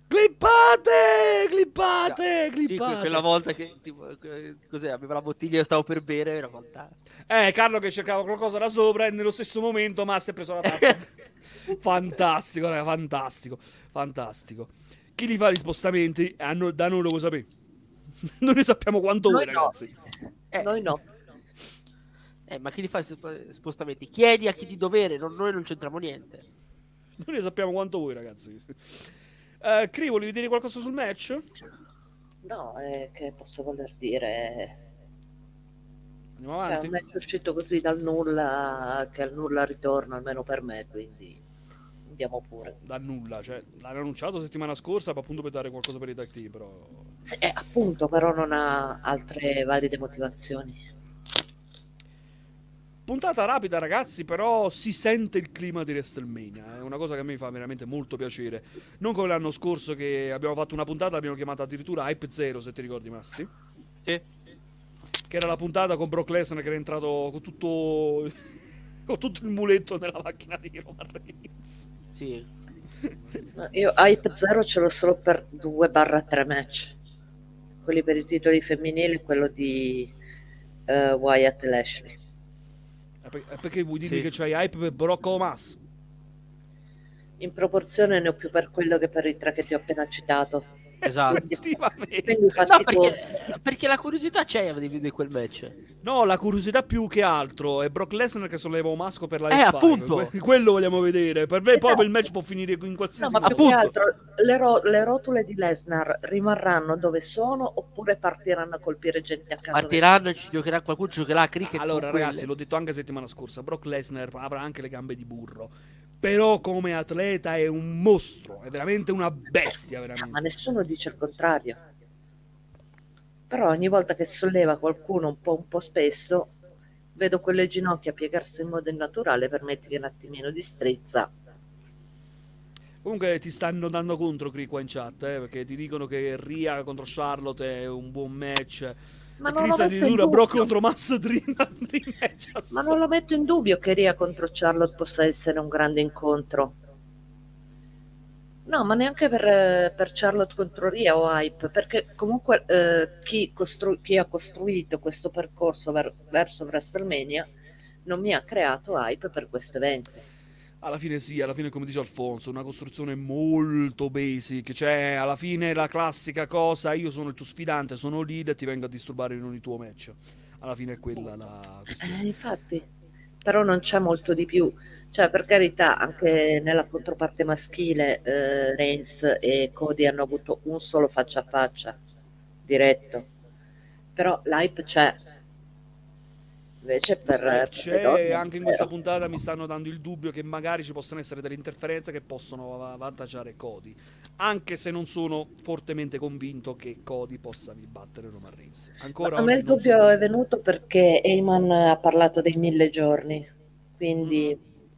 Clippate! Sì, quella volta che tipo, cos'è, aveva la bottiglia e io stavo per bere, era fantastico. Carlo che cercava qualcosa da sopra e nello stesso momento Massa ha preso la tazza. Fantastico, raga, fantastico. Chi li fa gli spostamenti? Da noi lo vuoi sapere. Non ne sappiamo quanto Noi voi, no. ragazzi. Noi no. Ma chi li fa i spostamenti? Chiedi a chi di dovere, noi non c'entriamo niente. Non ne sappiamo quanto voi, ragazzi. Cri, volevi dire qualcosa sul match? No, che posso voler dire? Andiamo Cioè, avanti. un match uscito così dal nulla, che al nulla ritorna, almeno per me, quindi andiamo pure. Da nulla, cioè l'hanno annunciato settimana scorsa appunto per dare qualcosa per i tag team, però... Sì, appunto, però non ha altre valide motivazioni. Puntata rapida, ragazzi, però si sente il clima di WrestleMania. È una cosa che a me fa veramente molto piacere. Non come l'anno scorso che abbiamo fatto una puntata, l'abbiamo chiamata addirittura Hype Zero, se ti ricordi, Massi. Sì. che era la puntata con Brock Lesnar che era entrato con tutto il muletto nella macchina di Roman Reigns. Sì. Io Hype Zero ce l'ho solo per 2/3 match, quelli per i titoli femminili e quello di Wyatt e Lashley. Perché vuoi dirmi Sì. che c'hai hype per Brock Omas? In proporzione ne ho più per quello che per i 3 che ti ho appena citato. Esatto. Effettivamente. Quindi fatti No, conto. perché la curiosità c'è di vedere quel match. No, la curiosità più che altro è Brock Lesnar che solleva un masco per la X5. appunto. Quello vogliamo vedere. Per me poi Esatto. il match può finire in No, qualsiasi ma più modo. che Appunto. altro le rotule di Lesnar rimarranno dove sono oppure partiranno a colpire gente a caso? Partiranno e ci giocherà qualcuno, giocherà a cricket. Allora, con ragazzi, quelle. l'ho detto anche settimana scorsa, Brock Lesnar avrà anche le gambe di burro. Però come atleta è un mostro, è veramente una bestia, Ma veramente. nessuno dice il contrario. Però ogni volta che solleva qualcuno un po' spesso, vedo quelle ginocchia piegarsi in modo innaturale per mettere un attimino di strizza. Comunque ti stanno dando contro qui qua in chat, perché ti dicono che Rhea contro Charlotte è un buon match. Ma E non lo Chris metto in addirittura dubbio. Brock contro Mass Dream di match Ma non lo metto in dubbio che Rhea contro Charlotte possa essere un grande incontro. No, ma neanche per Charlotte contro Rhea o Hype, perché comunque chi ha costruito questo percorso verso WrestleMania non mi ha creato Hype per questo evento. Alla fine sì, alla fine come dice Alfonso, una costruzione molto basic, cioè alla fine la classica cosa, io sono il tuo sfidante, sono lead e ti vengo a disturbare in ogni tuo match. Alla fine è quella la questione. Infatti, però non c'è molto di più. Cioè, per carità, anche nella controparte maschile, Reigns e Cody hanno avuto un solo faccia a faccia diretto, però l'hype c'è. Invece per le C'è donne, anche in questa zero. puntata mi stanno dando il dubbio che magari ci possano essere delle interferenze che possono avvantaggiare Cody, anche se non sono fortemente convinto che Cody possa battere Roman Reigns. Ancora A me oggi il non dubbio sono- è venuto perché Heyman ha parlato dei 1000 giorni, quindi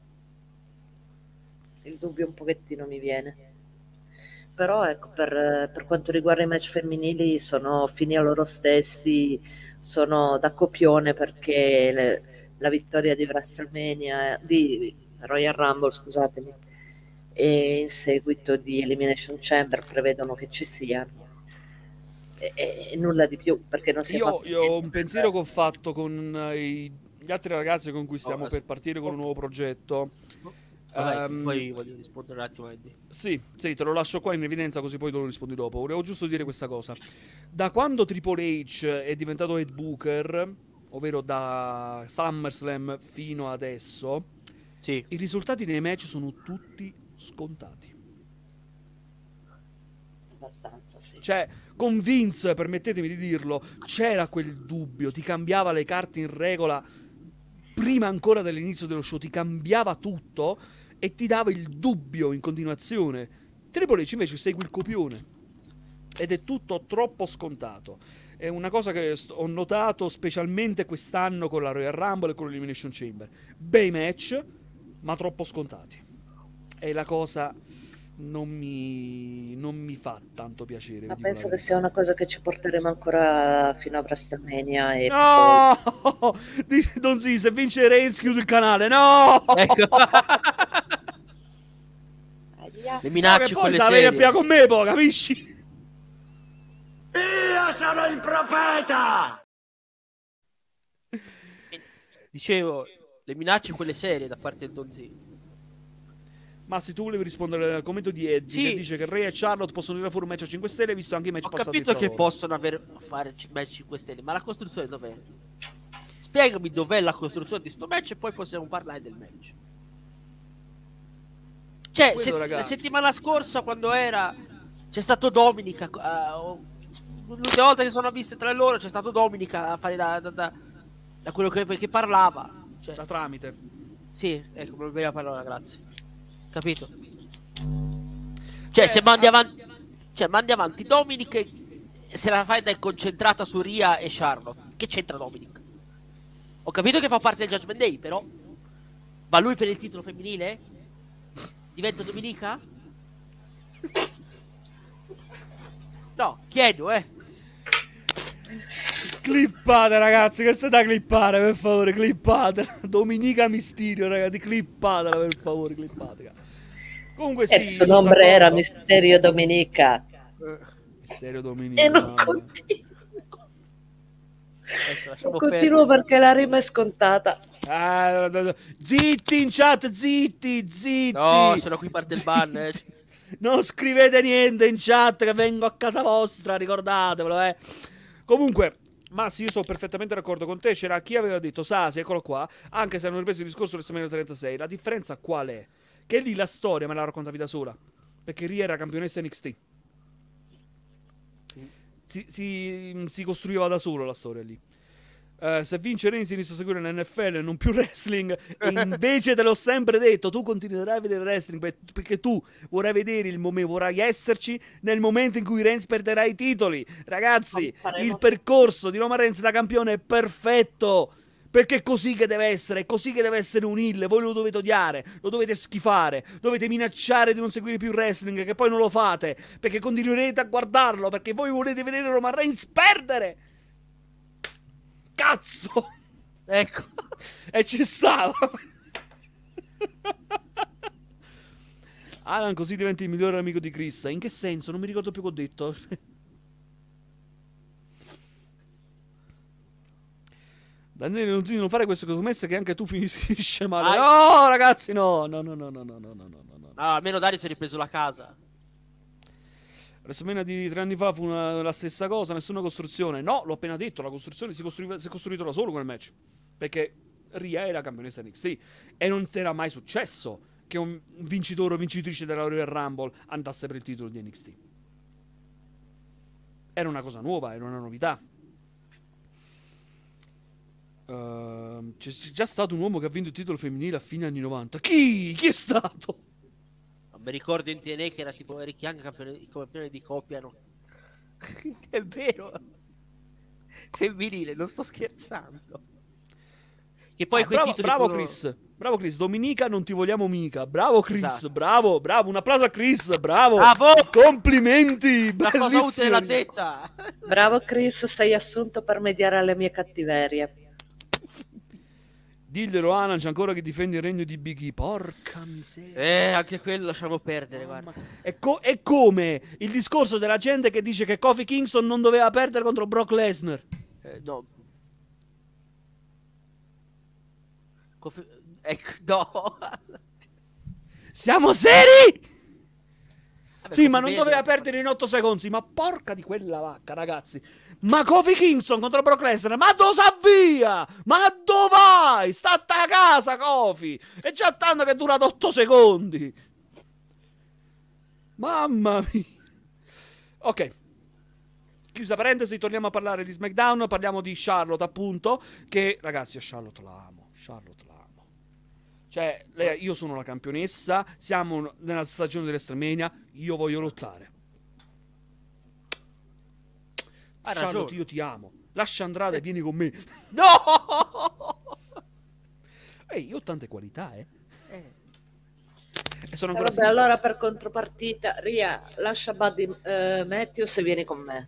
il dubbio un pochettino mi viene. Però ecco, per quanto riguarda i match femminili sono fini a loro stessi, sono da copione perché la vittoria di WrestleMania, di Royal Rumble, scusatemi, e in seguito di Elimination Chamber prevedono che ci siano. E nulla di più, perché non si è fatto Io ho niente un per- pensiero che ho fatto con gli altri ragazzi con cui stiamo Oh, per partire con un nuovo progetto. Vabbè, Ehm, poi voglio rispondere un attimo a Eddie. Sì, te lo lascio qua in evidenza così poi te lo rispondi dopo. Volevo giusto dire questa cosa. Da quando Triple H è diventato head booker, ovvero da SummerSlam fino adesso, Sì. i risultati nei match sono tutti scontati. abbastanza, sì. Cioè, con Vince, permettetemi di dirlo, c'era quel dubbio, ti cambiava le carte in regola prima ancora dell'inizio dello show, ti cambiava tutto e ti dava il dubbio in continuazione. Triple H invece segui il copione ed è tutto troppo scontato. È una cosa che ho notato specialmente quest'anno con la Royal Rumble e con l'Elimination Chamber. Bei match, ma troppo scontati. E la cosa non mi fa tanto piacere. Ma vi dico la penso che verità. sia una cosa che ci porteremo ancora fino a WrestleMania e No! Don Z, se vince Reigns chiudo il canale. No! Ecco. Ahia. Le No, minacce che poi quelle se la viene a serie. pia con me, poi, capisci? Dicevo, le minacce quelle serie da parte del Don Z. Ma se tu volevi rispondere al commento di Eddie Sì. che dice che Rey e Charlotte possono tirare fuori un match a 5 stelle, visto anche i match Ho passati capito tra che loro. possono fare match 5 stelle, ma la costruzione dov'è? Spiegami dov'è la costruzione di sto match e poi possiamo parlare del match. Cioè, Quello, la ragazzi. settimana scorsa quando c'è stato Dominica, l'ultima volta che sono viste tra loro c'è stato Dominica a fare da quello che parlava. Cioè, Da tramite. sì, ecco, una bella parola, grazie. Capito? Cioè, se mandi avanti Dominic e se la fai è concentrata su Rhea e Charlotte. Che c'entra Dominic? Ho capito che fa parte del Judgment Day, però va lui per il titolo femminile? Diventa Dominica? No, chiedo, Clippate, ragazzi, questa è da clippare, per favore, clippate. Domenica Mysterio, ragazzi, clippatela, per favore, clippatela. Comunque sì, Il suo sono nome era d'accordo. Mysterio Domenica. Mysterio Domenica. E non vabbè. continuo. Ecco, Non lasciamo continuo perdere. perché la rima è scontata. Zitti in chat, zitti, zitti. No, se no qui parte il ban. Non scrivete niente in chat che vengo a casa vostra, ricordatevelo, Comunque, Massi, io sono perfettamente d'accordo con te. C'era chi aveva detto Sasi, eccolo qua. Anche se hanno ripreso il discorso del WrestleMania 36. La differenza qual è? Che lì la storia me la raccontavi da sola. Perché Rhea era campionessa NXT. Si costruiva da solo la storia lì. Se vince Reigns inizia a seguire l'NFL e non più wrestling. E invece te l'ho sempre detto, tu continuerai a vedere wrestling perché tu vorrai vedere il momento, vorrai esserci nel momento in cui Reigns perderà i titoli. Ragazzi, il percorso di Roman Reigns da campione è perfetto, perché è così che deve essere, è così che deve essere un heel. Voi lo dovete odiare, lo dovete schifare, dovete minacciare di non seguire più wrestling, che poi non lo fate, perché continuerete a guardarlo, perché voi volete vedere Roman Reigns perdere. Cazzo! Ecco. E ci stava. Alan così diventi il migliore amico di Chris. In che senso? Non mi ricordo più che ho detto. Daniele, non fare queste commesse che anche tu finisce male. No, ragazzi, no. No, almeno Dario si è ripreso la casa. WrestleMania di 3 anni fa fu la stessa cosa, nessuna costruzione. No, l'ho appena detto, la costruzione si è costruito da solo quel match. Perché Rhea era campionessa NXT e non era mai successo che un vincitore o vincitrice della Royal Rumble andasse per il titolo di NXT. Era una cosa nuova, era una novità. C'è già stato un uomo che ha vinto il titolo femminile a fine anni 90. Chi? Chi è stato? Mi ricordo in TNA che era tipo Eric Young campione di coppia, no? È vero. Femminile, non sto scherzando. Che poi quei titoli bravo furono... Chris. Bravo Chris, Dominica non ti vogliamo mica. Bravo Chris, Esatto. bravo, un applauso a Chris, bravo. Bravo! Complimenti, La cosa utile l'ha bellissimo. detta. Bravo Chris, sei assunto per mediare alle mie cattiverie. Diglielo Alan, c'è ancora che difende il regno di Big E. Porca miseria. Anche quello lasciamo perdere, guarda. È come il discorso della gente che dice che Kofi Kingston non doveva perdere contro Brock Lesnar. No. Ecco, no. Siamo seri? Vabbè, Sì, ma Kofi non vede. doveva perdere in 8 secondi. Ma porca di quella vacca, ragazzi. Ma Kofi Kingston contro Brock Lesnar. Ma dove sa via? Ma dove vai? Sta a casa, Kofi. È già tanto che è durato 8 secondi. Mamma mia. Ok. Chiusa parentesi, torniamo a parlare di SmackDown. Parliamo di Charlotte, appunto. Che, ragazzi, io Charlotte la amo. Cioè, io sono la campionessa. Siamo nella stagione dell'Estramania. Io voglio lottare. Hai Charlotte, ragione. io ti amo. Lascia Andrade e vieni con me. No! Ehi, io ho tante qualità, E sono ancora Vabbè, allora per contropartita, Ria, lascia Buddy Matthews e vieni con me.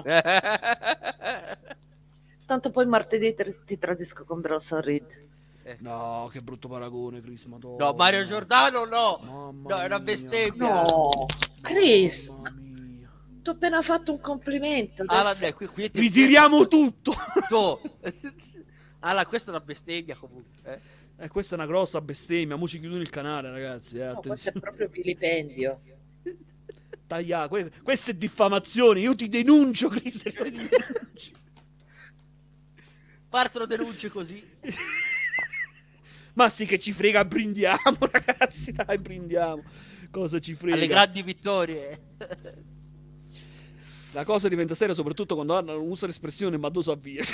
Tanto poi martedì ti tradisco con Bronson Reed. No, che brutto paragone, Chris, madonna. No, Mario Giordano no. Mamma No, è una mia. bestemmia. No, Chris, Mamma mia. ti ho appena fatto un complimento. Alan, adesso- qui Ritiriamo tutto. Alan, questa è una bestemmia comunque. Questa è una grossa bestemmia. Mo ci chiudono il canale, ragazzi. No, questo è Attenzione. proprio vilipendio. Taglia. Questa è diffamazione. Io ti denuncio, Chris. Io ti denuncio. Partono denunce così. Ma sì, che ci frega, brindiamo, ragazzi. Dai, brindiamo. Cosa ci frega? Alle grandi vittorie. La cosa diventa seria soprattutto quando Anna non usa l'espressione ma dove sa via.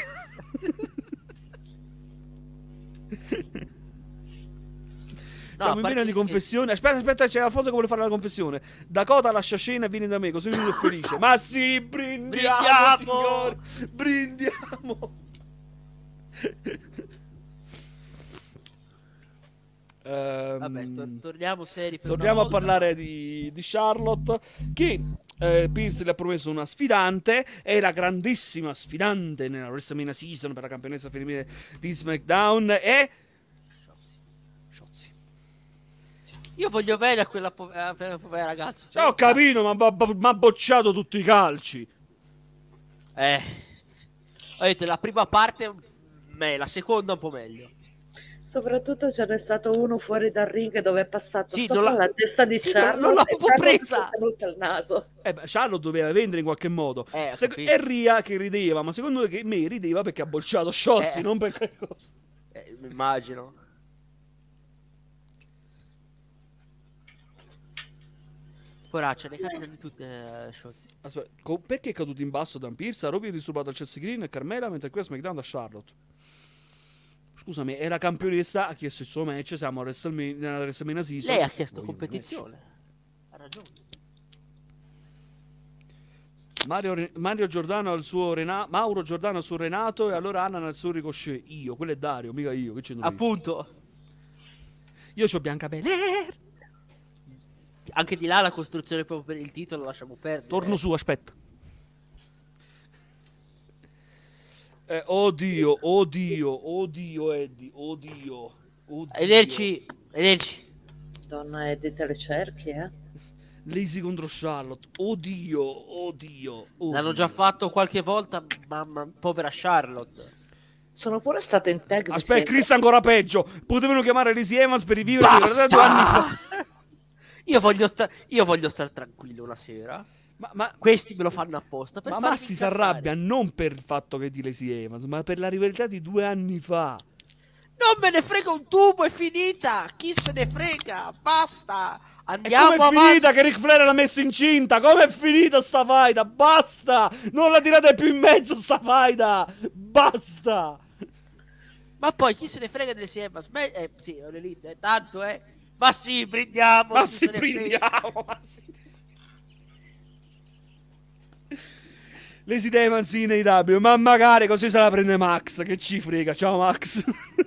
Siamo in vena di confessione. Aspetta, c'è Alfonso che vuole fare la confessione. Dakota lascia scena e vieni da me, così lui è felice. Ma sì, brindiamo, signori. Brindiamo. Vabbè, torniamo seri per Torniamo a una volta. parlare di Charlotte, che Pierce le ha promesso una sfidante, è la grandissima sfidante nella WrestleMania Season per la campionessa femminile di SmackDown, e Shotzi. Io voglio bene a quella povera ragazza. Ho capito, ma ha bocciato tutti i calci. Ho detto, la prima parte la seconda un po' meglio. Soprattutto ce n'è stato uno fuori dal ring dove è passato Sì, sopra la testa di sì, Charlotte, non l'ha e proprio Charlotte presa. si è tenuta il naso. Charlotte doveva vendere in qualche modo. Ho E capito. Ria che rideva, ma secondo me rideva perché ha bocciato Shotzi, non per quelle cose. Mi immagino. Poraccia, ne capita di tutte, Shotzi. Aspetta, perché è caduto in basso Dan Pierce? A Raw viene disturbato al Chelsea Green e Carmela, mentre qui a SmackDown da Charlotte. Scusami, è la campionessa, ha chiesto il suo match, siamo nella WrestleMania Season. Lei ha chiesto Voglio un competizione. Ha ragione. Mauro Giordano al suo Renato, e allora Anna nel suo Ricochet. Io, quello è Dario, mica io, che c'entro io? Appunto. Io c'ho Bianca Belair. Anche di là la costruzione proprio per il titolo lasciamo perdere. Torno su, aspetta. Oddio, Eddie, oddio. Vederci. Donna Eddie, te le cerchi, Lazy contro Charlotte. Oddio. L'hanno già fatto qualche volta, mamma, povera Charlotte. Sono pure state in tag. Aspetta, Chris ancora peggio. Potevano chiamare Lacey Evans per rivivere 2 anni fa. Io voglio stare tranquillo una sera. Ma questi me lo fanno apposta. Per ma farmi Massi si incazzare. arrabbia non per il fatto che di Lacey Evans, ma per la rivalità di 2 anni fa. Non me ne frega un tubo, è finita. Chi se ne frega? Basta. E Andiamo come è avanti. finita che Ric Flair l'ha messa incinta? Come è finita sta faida? Basta! Non la tirate più in mezzo sta faida! Basta! Ma poi chi se ne frega delle Siema? Sì, è un'elite, tanto Ma sì, brindiamo. Ma chi si se ne frega. prendiamo! Lacey Evans in AEW, ma magari così se la prende Max, che ci frega. Ciao Max.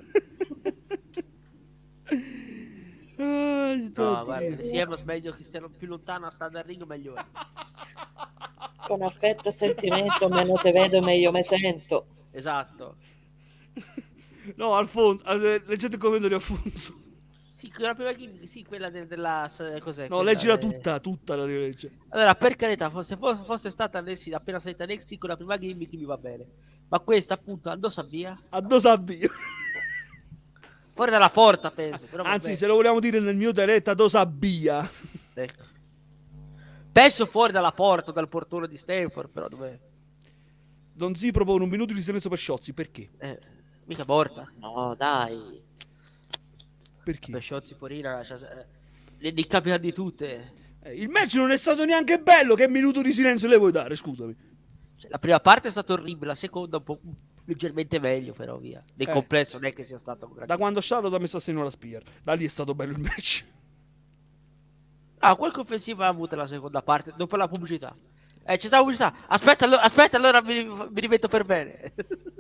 No, guarda, le Siema meglio che stiano più lontano a stare dal ring, meglio è. Con affetto e sentimento, meno te vedo, meglio me sento. Esatto. No, Alfonso, leggete il commento di Alfonso. Sì, quella prima gimmick, sì, quella della cos'è? No, quella leggila tutta la devi leggere. Allora, per carità, se fosse stata appena salita NXT con la prima gimmick mi va bene. Ma questa appunto andò via. Addosso a via. Fuori dalla porta, penso. Però Anzi, vabbè. se lo vogliamo dire nel mio dialetto, addosso a via. Ecco. Penso fuori dalla porta, dal portone di Stanford, però dov'è? Don Z propone un minuto di silenzio per Sciozzi, perché? Mica morta. No, dai. Perché? Per Sciozzi, porina, ne capita di tutte. Il match non è stato neanche bello, che minuto di silenzio le vuoi dare, scusami? Cioè, la prima parte è stata orribile, la seconda un po' leggermente meglio, però via. Nel complesso non è che sia stato un Da quando Charlotte ha messo a segno la Spear, da lì è stato bello il match. Ah, qualche offensiva ha avuto la seconda parte, dopo la pubblicità. C'è stata la pubblicità. Aspetta, allora mi rimetto per bene.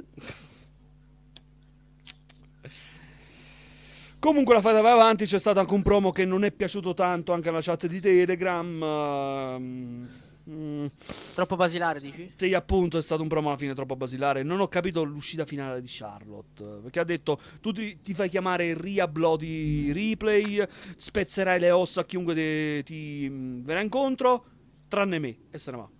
Comunque la fight va avanti, c'è stato anche un promo che non è piaciuto tanto anche alla chat di Telegram. Troppo basilare, dici? Sì, appunto, è stato un promo alla fine troppo basilare. Non ho capito l'uscita finale di Charlotte, perché ha detto tu ti fai chiamare Rhea Bloody Replay, spezzerai le ossa a chiunque ti verrà incontro, tranne me, e se ne va.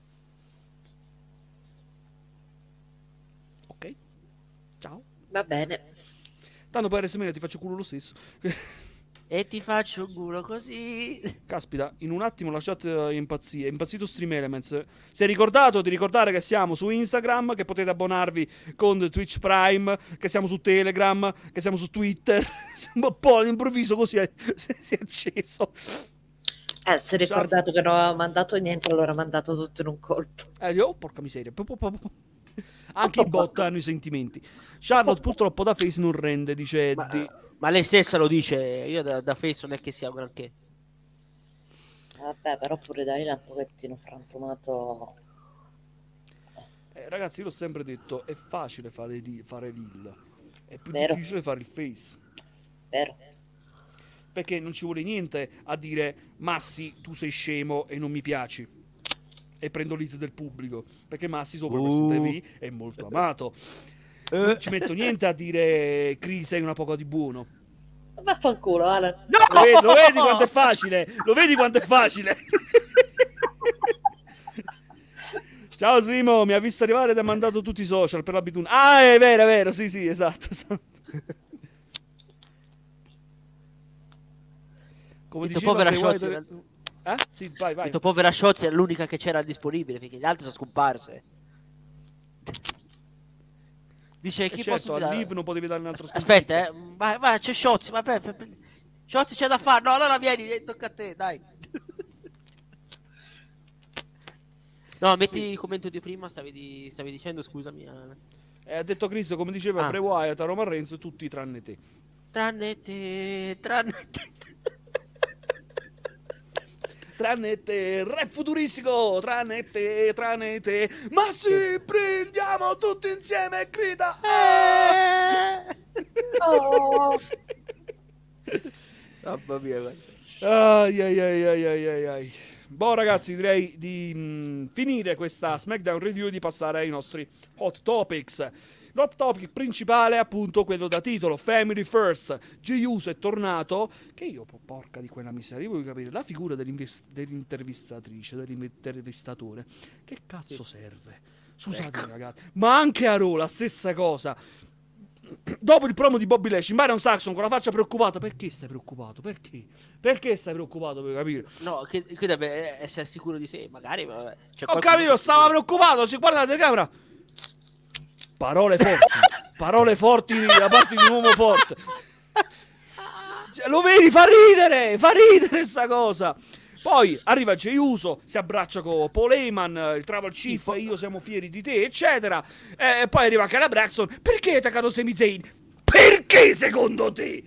Ok, ciao. Va bene. Tanto poi RSMania ti faccio culo lo stesso. E ti faccio un culo così. Caspita, in un attimo la chat è impazzito Stream Elements. Si è ricordato di ricordare che siamo su Instagram, che potete abbonarvi con Twitch Prime, che siamo su Telegram, che siamo su Twitter. Un po' all'improvviso così si è acceso. Si è ricordato che non aveva mandato niente, allora ha mandato tutto in un colpo. Oh, porca miseria. Anche i bot hanno i sentimenti. Charlotte purtroppo da face non rende, dice Eddie. Ma lei stessa lo dice, io da face non è che sia un granché. Vabbè, però pure dai un pochettino frantumato. Ragazzi, io l'ho sempre detto, è facile fare l'heal. È più Vero. difficile fare il face. Vero. perché non ci vuole niente a dire Massi, tu sei scemo e non mi piaci. E prendo l'hit del pubblico, perché Massi sopra Wrestling TV è molto amato. Non ci metto niente a dire Chris, sei una poco di buono. Vaffanculo, Alan. No! Lo vedi quanto è facile? Lo vedi quanto è facile? Ciao Simo, mi ha visto arrivare ed ha mandato tutti i social per l'abitudine. Ah, è vero, sì, esatto. Come diceva povera Bray Shotzi, Wyatt... Sì, vai. detto povera Shotzi è l'unica che c'era disponibile, perché gli altri sono scomparse. Dice chi certo, posso al Live non potevi dare un altro Aspetta, vai, c'è Shotzi, Shotzi c'è da fare. No, allora vieni, tocca a te, dai. No, metti il commento di prima, stavi dicendo, scusami. Ha detto Chris, come diceva Bray Wyatt a Roman Reigns, tutti tranne te. Tranne te. Tranne te, rap futuristico, tranne te. Ma sì, prendiamo tutti insieme e grida. Oh. Mamma mia, guarda. Ai. Boh ragazzi, direi di finire questa SmackDown review e di passare ai nostri hot topics. L'hot topic principale è appunto quello da titolo, Family First. Jey Uso è tornato, che io, porca di quella miseria, io voglio capire, la figura dell'intervistatrice, dell'intervistatore, che cazzo serve? Scusate ragazzi, ma anche a Raw la stessa cosa. Dopo il promo di Bobby Lashley, Byron Saxon con la faccia preoccupata. Perché stai preoccupato? Perché stai preoccupato, per capire? No, che deve essere sicuro di sé, magari. Vabbè. Ho capito, stava preoccupato, si guarda la telecamera. Parole forti da parte di un uomo forte. Cioè, lo vedi, fa ridere sta cosa. Poi arriva Jey Uso, si abbraccia con Paul Heyman, il Tribal Chief, e io siamo fieri di te, eccetera. E poi arriva Kayla Braxton. Perché hai attaccato Sami Zayn? Perché secondo te?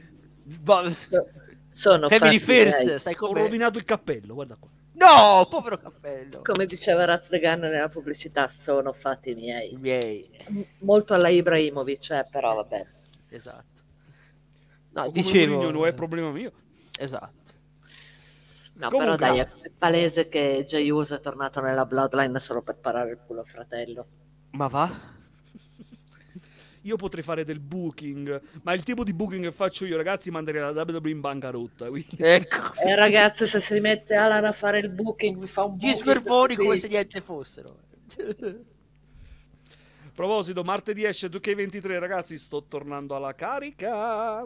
Sono Family First, miei. sai Ho come? rovinato il cappello, guarda qua. No, povero cappello. Come diceva Raz The Gun nella pubblicità, sono fatti miei. Molto alla Ibrahimovic, però va bene. Esatto. No, dicevo, non è problema mio. Esatto. No, Comunque, però dai, è palese che Jey Uso è tornato nella Bloodline solo per parare il culo al fratello. Ma va? Io potrei fare del booking, ma il tipo di booking che faccio io, ragazzi, manderei la WWE in bancarotta. Quindi... Ecco. Ragazzi, se si mette Alan a fare il booking, mi fa un Gli svervoni come se niente fossero. A proposito, martedì esce 2K23, ragazzi, sto tornando alla carica.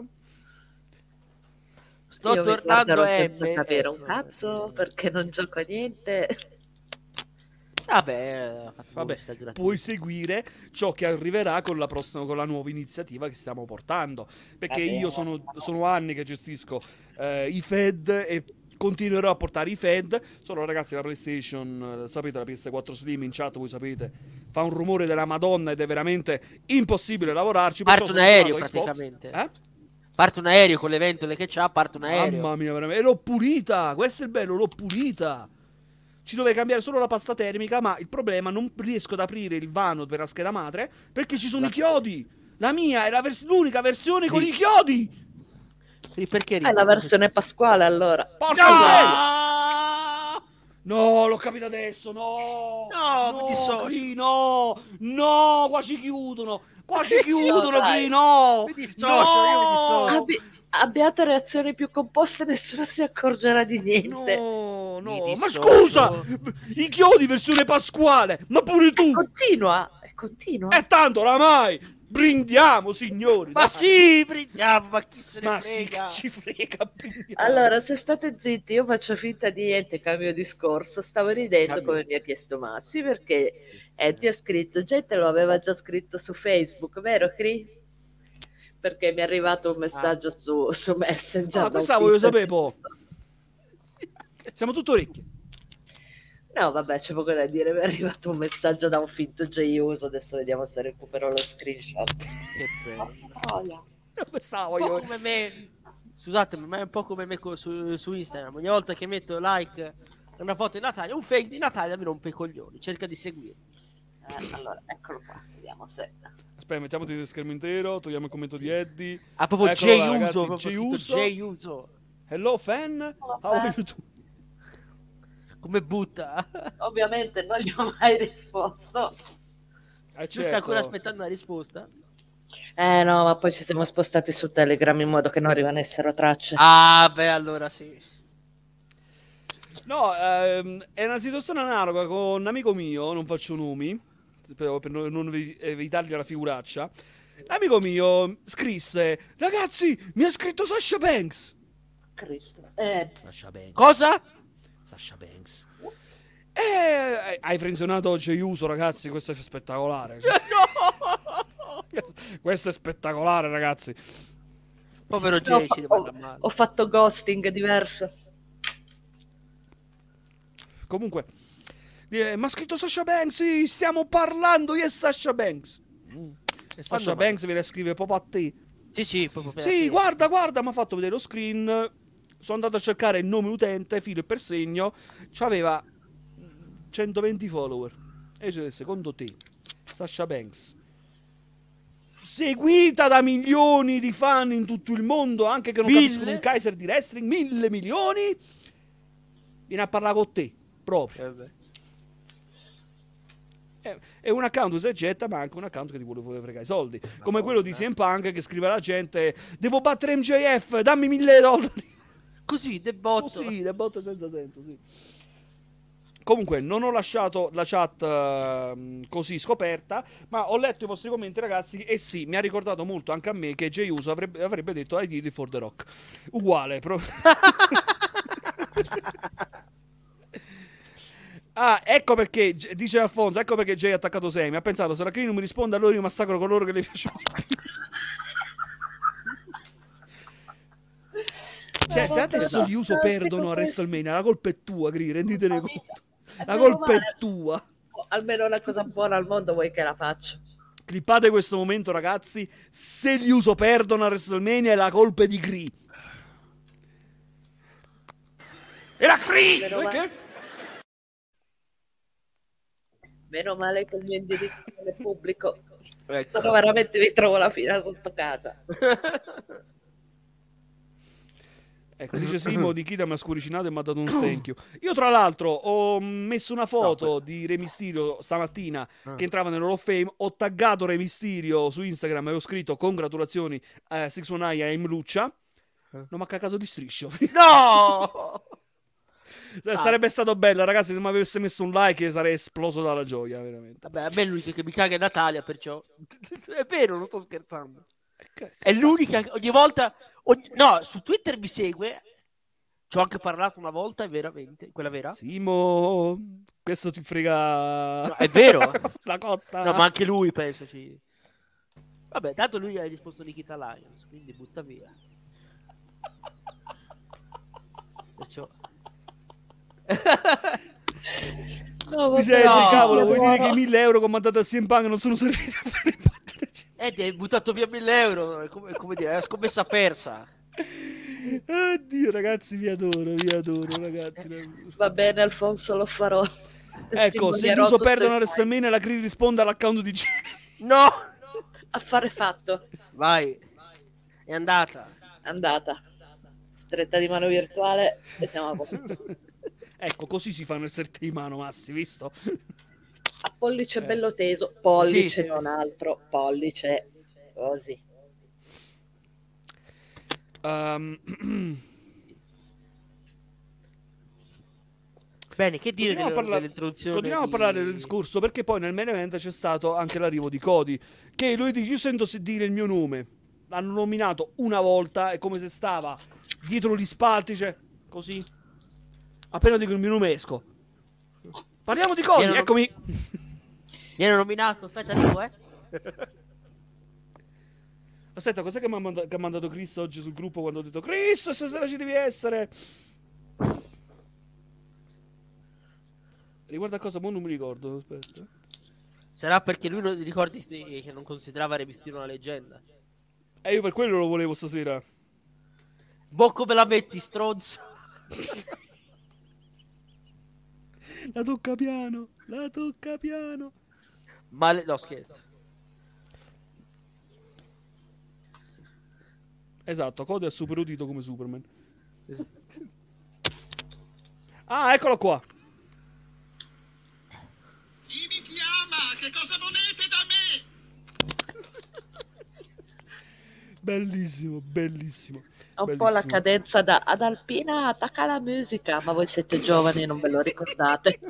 Io tornando senza sapere un cazzo, perché non gioco a niente. Vabbè, puoi seguire ciò che arriverà con la nuova iniziativa che stiamo portando. Perché io sono anni che gestisco i Fed e continuerò a portare i Fed. Solo ragazzi, la PlayStation, sapete, la PS4 Slim in chat, voi sapete, fa un rumore della Madonna ed è veramente impossibile lavorarci. Parte un aereo praticamente. Parte un aereo con le ventole che c'ha, parte un aereo. Mamma mia, veramente. E l'ho pulita, questo è il bello, l'ho pulita. Ci dove cambiare solo la pasta termica, ma il problema non riesco ad aprire il vano per la scheda madre perché ci sono i chiodi. La mia è l'unica versione con i chiodi. Perché è la versione pasquale, allora. Porca no, l'ho capito adesso. No, qua ci chiudono. Qua ci chiudono qui, no. Mi dissocio. Abbiate reazioni più composte, nessuno si accorgerà di niente. No, ma scusa! I chiodi versione pasquale, ma pure tu! Continua. E tanto oramai brindiamo, signori! Ma sì, brindiamo, ma chi se ne frega? Sì, ci frega, brindiamo. Allora, se state zitti, io faccio finta di niente, cambio discorso. Stavo ridendo come mi ha chiesto Massi, perché Eddie ha scritto, gente lo aveva già scritto su Facebook, vero Cri? Perché mi è arrivato un messaggio su Messenger. Ah, questa voglio sapere, siamo tutto orecchie. No, vabbè, c'è poco da dire. Mi è arrivato un messaggio da un finto Jey Uso. Adesso vediamo se recupero lo screenshot. Che bello. Come me. Scusatemi, ma è un po' come me su Instagram. Ogni volta che metto like una foto di Natalia, un fake di Natalia mi rompe i coglioni. Cerca di seguire. Allora, eccolo qua. Vediamo se... Aspetta, mettiamoti lo schermo intero, togliamo il commento di Eddie. Ah, proprio Jey Uso. Hello fan, how are you doing? Come butta? Ovviamente non gli ho mai risposto. Tu stai ancora aspettando la risposta? No, ma poi ci siamo spostati su Telegram in modo che non rimanessero tracce. Ah, beh, allora sì. No, è una situazione analoga con un amico mio, non faccio nomi, per non evitargli la figuraccia. L'amico mio scrisse: ragazzi, mi ha scritto Sasha Banks. Cristo. Sasha Banks. Cosa? Sasha Banks. Hai frenzionato Jey Uso, ragazzi, questo è spettacolare. Questo è spettacolare, ragazzi. Povero Jay, ci deve andare male. Ho fatto ghosting diverso. Comunque, ma ha scritto Sasha Banks, sì, stiamo parlando, io e Sasha Banks. E Sasha Banks viene a scrivere proprio a te. Sì, proprio per Sì, te. guarda, mi ha fatto vedere lo screen. Sono andato a cercare il nome utente, filo e per segno. C'aveva 120 follower. E dice, secondo te, Sasha Banks, seguita da milioni di fan in tutto il mondo, anche che non capiscono un Kaiser di wrestling, 1.000 milioni, viene a parlare con te, proprio. È un account che si getta, ma anche un account che ti vuole fregare i soldi. Come quello di CM Punk che scrive alla gente: devo battere MJF, dammi $1.000. Così, debotto. Sì, debotto senza senso, sì. Comunque, non ho lasciato la chat così scoperta, ma ho letto i vostri commenti, ragazzi, e sì, mi ha ricordato molto anche a me che Jey Uso avrebbe detto I did it for the Rock. Uguale, Ah, ecco perché, dice Alfonso, ecco perché Jay ha attaccato Sammy. Ha pensato, se la Clean non mi risponde, allora io massacro coloro che le piacciono di più. Cioè, se adesso gli Uso perdono a WrestleMania, la colpa è tua, Cri, renditene conto. La colpa è tua. Almeno una cosa buona al mondo vuoi che la faccia. Clippate questo momento, ragazzi. Se gli Uso perdono a WrestleMania, è la colpa di Cri. E la Cri! Meno male che il mio indirizzo non è pubblico. Ecco. Sono veramente mi trovo la fila sotto casa. Ecco, dice Simo, Nikita mi ha scoricinato e mi ha dato un thank you. Io tra l'altro ho messo una foto di Re Mysterio stamattina che entrava nell'Hall of Fame, ho taggato Re Mysterio su Instagram e ho scritto congratulazioni a 619 e a Imluccia. Non mi ha cagato di striscio. No! Sarebbe stato bello, ragazzi, se mi avesse messo un like sarei esploso dalla gioia, veramente. Vabbè, a me è l'unica che mi caga è Natalia, perciò è vero, non sto scherzando. È l'unica che ogni volta no, su Twitter mi segue. Ci ho anche parlato una volta, è veramente quella vera? Simo, questo ti frega. No, è vero. La cotta. No, ma anche lui penso ci. Vabbè, tanto lui ha risposto Nikita Lyons, quindi butta via. Perciò Dice, cavolo, vuoi dire che i 1.000 euro che ho mandato a CM Punk non sono serviti a fare il battere? ti hai buttato via 1.000 euro, è come dire, è una scommessa persa. Oddio, ragazzi, vi adoro, ragazzi. Va bene, Alfonso, lo farò. Ecco, se l'uso perdono a WrestleMania, la Cri risponde all'account di G. No! Affare fatto. Vai. È andata. Stretta di mano virtuale e siamo a posto. Ecco, così si fanno il strette di mano, Massi, visto? A pollice bello teso, pollice non altro, pollice così. Bene, che dire dell'introduzione? Continuiamo a parlare del discorso, perché poi nel main event c'è stato anche l'arrivo di Cody, che lui dice, io sento dire il mio nome. L'hanno nominato una volta, è come se stava dietro gli spalti, cioè, così. Appena dico il mio nome esco. Parliamo di Cody, eccomi. Mi hanno nominato, aspetta, dico, Aspetta, cos'è che mi ha mandato Chris oggi sul gruppo quando ho detto Chris, stasera ci devi essere? Riguardo a cosa, mo non mi ricordo, aspetta. Sarà perché lui non ricordi che non considerava Re Mysterio una leggenda. Io per quello lo volevo stasera. Boh, come la metti, stronzo? La tocca piano. No, scherzo. Esatto, Cody è super udito come Superman. Ah, eccolo qua. Chi mi chiama? Che cosa volete da me? Bellissimo, bellissimo. È un po' la Bellissimo. cadenza da ad Alpina, attacca la musica, ma voi siete giovani e non ve lo ricordate.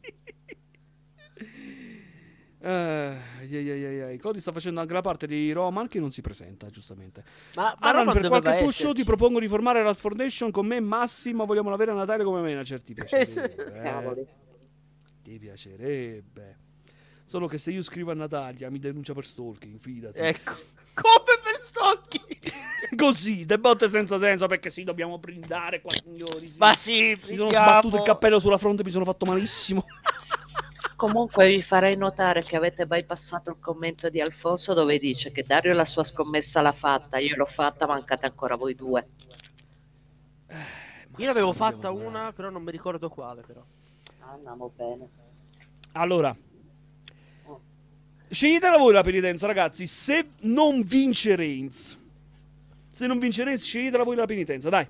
Cody sta facendo anche la parte di Roman che non si presenta, giustamente. Ma Alan, Roman per doveva qualche tuo show esserci. ti propongo di formare la Foundation con me e Massimo. Vogliamo avere a Natale come manager. Ti piacerebbe? Cavoli. Ti piacerebbe. Solo che se io scrivo a Natalia mi denuncia per stalking, fidati. Ecco. Come per Socchi? Così, de botte senza senso, perché sì, dobbiamo brindare qua, signori. Sì. Ma sì, Mi sono sbattuto il cappello sulla fronte, mi sono fatto malissimo. Comunque vi farei notare che avete bypassato il commento di Alfonso dove dice che Dario la sua scommessa l'ha fatta, io l'ho fatta, mancate ancora voi due. Io ne avevo fatta una, però non mi ricordo quale, però. Andiamo bene. Allora, sceglietela voi la penitenza, ragazzi. Se non vince Reigns, sceglietela voi la penitenza, dai.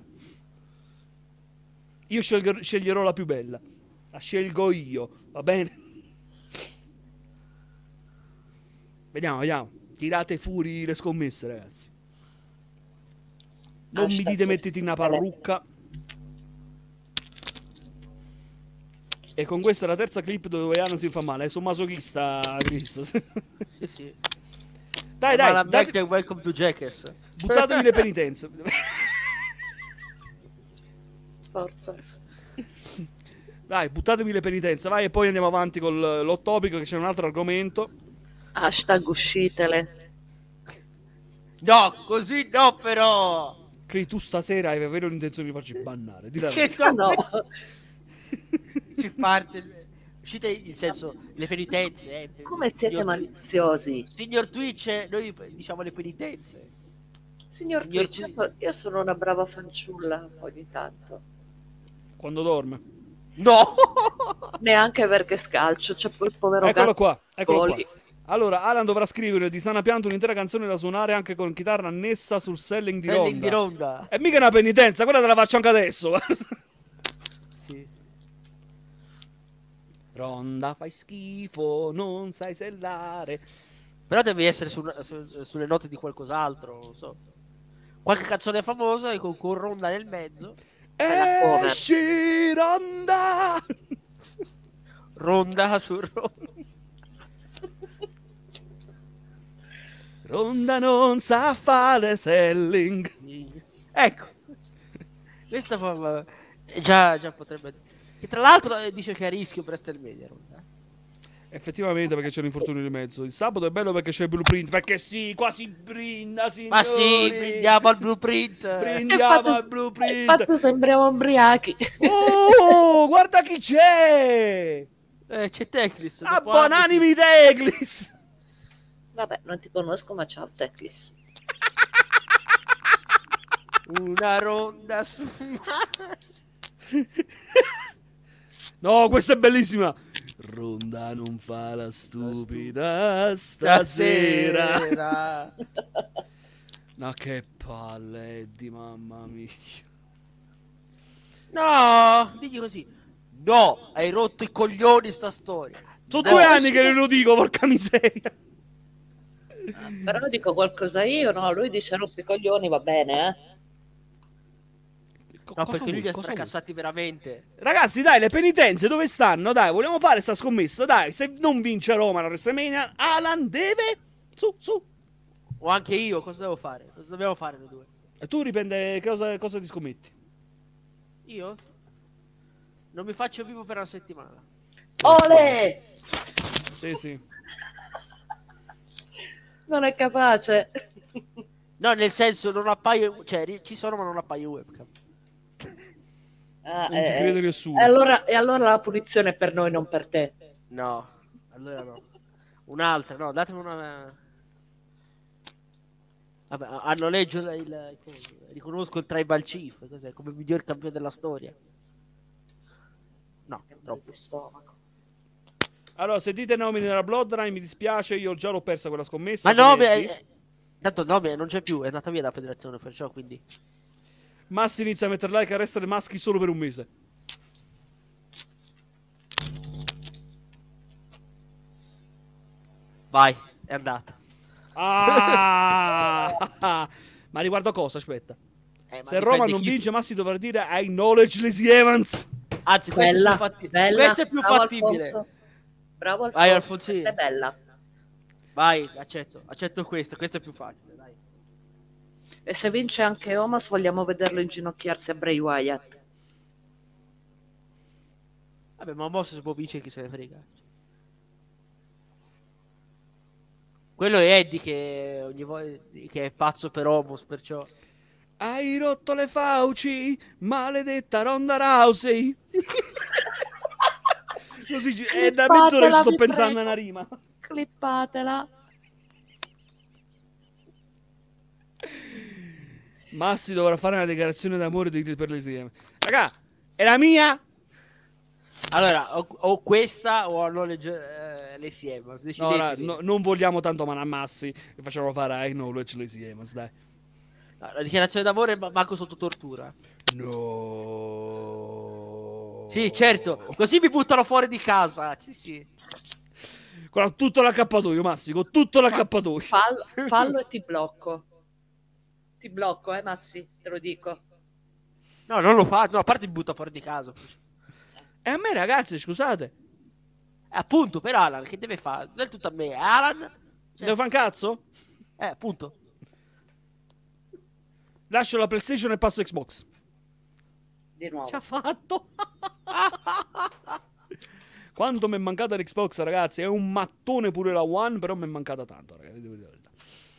Io sceglierò la più bella. La scelgo io, va bene? Vediamo. Tirate fuori le scommesse, ragazzi. Non mi dite mettiti una parrucca. E con questa è la terza clip dove Anna si fa male. Sono masochista, Chris. Sì. Dai, Welcome to Jackass. buttatemi le penitenze. Forza. Dai, buttatemi le penitenze, vai, e poi andiamo avanti con l'hot topic, che c'è un altro argomento. Hashtag uscitele. No, così no, però. Cri, tu stasera hai davvero l'intenzione di farci bannare. Di Che Ah no, ci parte. Uscite in senso le penitenze. come siete Signor- maliziosi. Signor Twitch, noi diciamo le penitenze. Signor Signor Twitch, Twitch. io sono una brava fanciulla ogni tanto. Quando dorme. No! Neanche perché scalcio, c'è quel povero Eccolo gatto. qua, eccolo qua. Goli. Allora, Alan dovrà scrivere di sana pianta un'intera canzone da suonare anche con chitarra annessa sul selling di Selling Ronda. di Ronda. E mica una penitenza, quella te la faccio anche adesso. guarda. Sì. Ronda, fai schifo, non sai sellare. Però devi essere sulle note di qualcos'altro, non so. Qualche canzone famosa e con Ronda nel mezzo. la cover. Esci, Ronda! Ronda su Ronda. Ronda non sa fare selling. Ecco. Questa già potrebbe. Che tra l'altro dice che è a rischio per WrestleMania. Ronda. Effettivamente, perché c'è un infortunio di mezzo. Il sabato è bello perché c'è il blueprint. Perché sì, quasi brinda, signori. Ma sì, prendiamo al blueprint. Prendiamo al Infatti blueprint. sembriamo ubriachi. Oh, guarda chi c'è! C'è Teclis. Ah, buonanimi Teclis! Vabbè, non ti conosco, ma ciao Teclis. Una ronda su. No, questa è bellissima. Ronda non fa la stupida stasera. Stasera. No, che palle, Eddie, mamma mia. No, digli così. No, hai rotto i coglioni sta storia. Sono No. 2 anni che lo dico, porca miseria. Però dico qualcosa io, no? Lui dice rompi i coglioni, va bene, eh? No, perché lui li ha fracassati veramente. Ragazzi, dai, le penitenze dove stanno? Dai, vogliamo fare sta scommessa? Dai, se non vince Roma alla WrestleMania, Alan deve... Su. O anche io, cosa devo fare? Cosa dobbiamo fare noi due? E tu dipende cosa ti scommetti. Io? Non mi faccio vivo per una settimana. Ole! Sì. Non è capace. No, nel senso non appaio. Cioè, ci sono ma non appaio webcam. Ah, Non ti crede nessuno. e allora la punizione è per noi, non per te. No, allora no. Un'altra, no, datemi una. Vabbè, a noleggio riconosco il Tribal Chief, cos'è? Come miglior campione della storia. No, troppo. Stomaco. Allora, se dite nomi nella Bloodline, mi dispiace, io già l'ho persa quella scommessa. Ma no, quindi- tanto Nome non c'è più, è andata via dalla federazione, perciò quindi. Massi inizia a mettere like a restare maschi solo per un mese. Vai, è andata. Ah! Ma riguardo a cosa? Aspetta. Ma Se Roma non vince, Massi dovrà dire I acknowledge Lacey Evans. Anzi, questo Bella, è più fattibile. bella. Questo è più Bravo, fattibile. Alfonso. Bravo Alfonso. Vai, Alfonsino. Questa è bella. Vai, accetto questo è più facile, dai. E se vince anche Omos, vogliamo vederlo inginocchiarsi a Bray Wyatt. Vabbè, ma mo se si può vincere chi se ne frega. Quello è Eddie che ogni volta che è pazzo per Omos, perciò Hai rotto le fauci, maledetta Ronda Rousey. Così è da mezz'ora che ci sto pensando a una rima. Clippatela. Massi dovrà fare una dichiarazione d'amore per l'insieme. Raga, è la mia. allora o questa o non le Evans. No, ora, Decidetevi. non vogliamo tanto mano a Massi e facciamo fare I acknowledge Lacey Evans, dai. No, la dichiarazione d'amore manco sotto tortura. No. Sì, certo, così mi buttano fuori di casa. Sì. Con tutto l'accappatoio, Massi, con tutto l'accappatoio. Fallo e ti blocco. Ti blocco, Massi, te lo dico. No, non lo fa, no, a parte mi butta fuori di casa. E a me, ragazzi, scusate. Appunto, per Alan, che deve fare? Non è tutto a me, Alan. Devo fare un cazzo? Appunto. Lascio la PlayStation e passo Xbox. Di nuovo. Ci ha fatto. Quanto mi è mancata l'Xbox, ragazzi. È un mattone pure la One, però mi è mancata tanto, ragazzi. Devo dire la verità.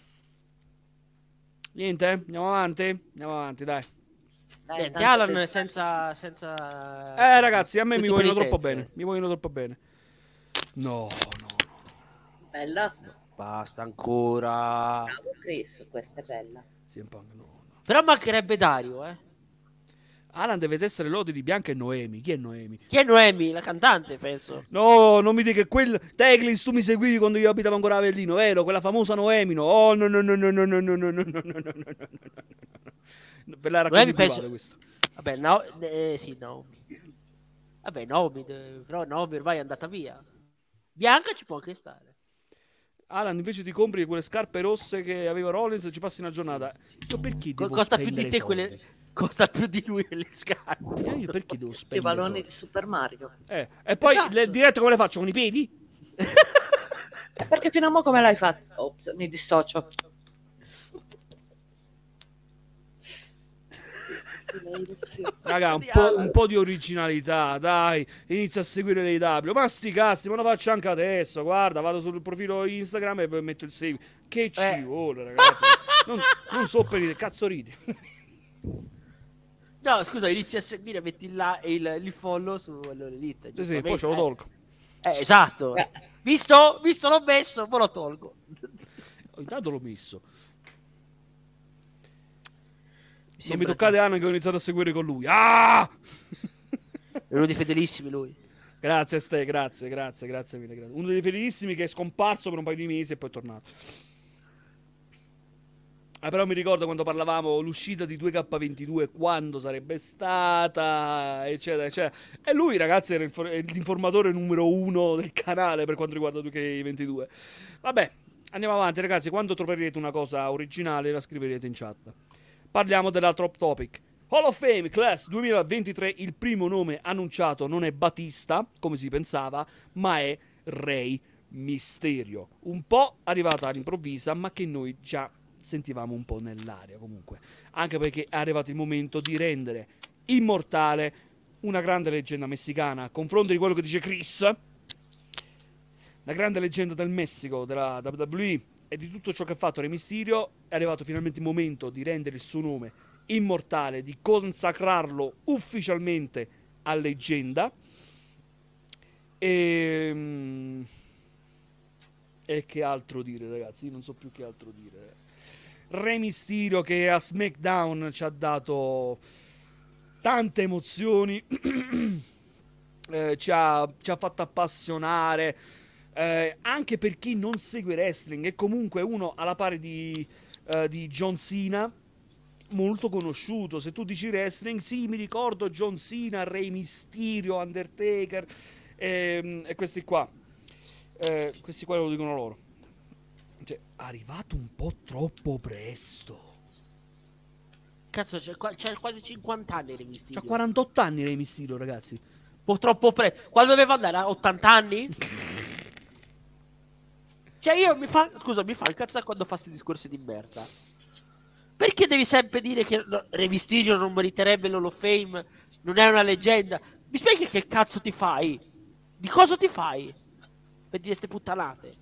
Niente, andiamo avanti, dai. Niente, Alan senza Ragazzi, a me mi senza vogliono troppo penitenze. bene. Mi vogliono troppo bene. No. Bella. Basta ancora. Bravo Chris, questa è bella. CM Punk, no. Però mancherebbe Dario, Alan deve essere lode di Bianca e Noemi. Chi è Noemi? Chi è Noemi? La cantante, penso. No, non mi dica che quel Teclis tu mi seguivi quando io abitavo ancora a Avellino, vero? Quella famosa Noemi, no? Oh, no. Per la racconto Noemi in privato penso. questa. Vabbè, sì, Naomi. Vabbè, Naomi, però Naomi ormai è andata via. Bianca ci può anche stare. Alan, invece ti compri quelle scarpe rosse che aveva Rollins e ci passi una giornata. Io perché devo Costa più di spendere te soldi? Costa più di lui le scarpe. Io perché devo I spendere balloni soldi? di Super Mario. E poi Esatto. le dirette come le faccio? Con i piedi? Perché fino a mo' come l'hai fatto? Ops, mi dissocio. Raga, un po' di originalità, dai. Inizia a seguire le IW. Ma sti cazzi, ma lo faccio anche adesso. Guarda, vado sul profilo Instagram e poi metto il save. Che ci vuole, ragazzi. Non so per ridere, cazzo ridi. No, scusa, inizi a seguire, metti là il follow su l'Elite. Sì, poi ce lo tolgo. Esatto. Visto l'ho messo, poi lo tolgo. Intanto l'ho messo. Non mi toccate Anna che ho iniziato a seguire con lui. Ah! È uno dei fedelissimi lui. Grazie Ste, grazie mille. Grazie. Uno dei fedelissimi che è scomparso per un paio di mesi e poi è tornato. Però mi ricordo quando parlavamo l'uscita di 2K22, quando sarebbe stata, eccetera. E lui, ragazzi, era l'informatore numero 1 del canale per quanto riguarda 2K22. Vabbè, andiamo avanti, ragazzi. Quando troverete una cosa originale la scriverete in chat. Parliamo della top topic. Hall of Fame Class 2023, il primo nome annunciato non è Batista, come si pensava, ma è Rey Mysterio. Un po' arrivata all'improvvisa, ma che noi già sentivamo un po' nell'aria comunque. Anche perché è arrivato il momento di rendere immortale una grande leggenda messicana. A confronto di quello che dice Chris, la grande leggenda del Messico, della WWE, e di tutto ciò che ha fatto Rey Mysterio, è arrivato finalmente il momento di rendere il suo nome immortale, di consacrarlo ufficialmente a leggenda. E che altro dire, ragazzi? Io non so più che altro dire. Rey Mysterio che a SmackDown ci ha dato tante emozioni, ci ha fatto appassionare. Anche per chi non segue wrestling, è comunque uno alla pari di John Cena molto conosciuto. Se tu dici wrestling, sì, mi ricordo John Cena, Rey Mysterio, Undertaker e questi qua. Questi qua lo dicono loro. Cioè, arrivato un po' troppo presto. Cazzo, c'è quasi 50 anni Rey Mysterio. C'ha 48 anni Rey Mysterio, ragazzi. Un po' troppo presto. Quando doveva andare a 80 anni? Cioè io mi fa il cazzo quando fa questi discorsi di merda. Perché devi sempre dire che Rey Mysterio non meriterebbe l'Hall of Fame? Non è una leggenda? Mi spieghi che cazzo ti fai? Di cosa ti fai? Per dire ste puttanate.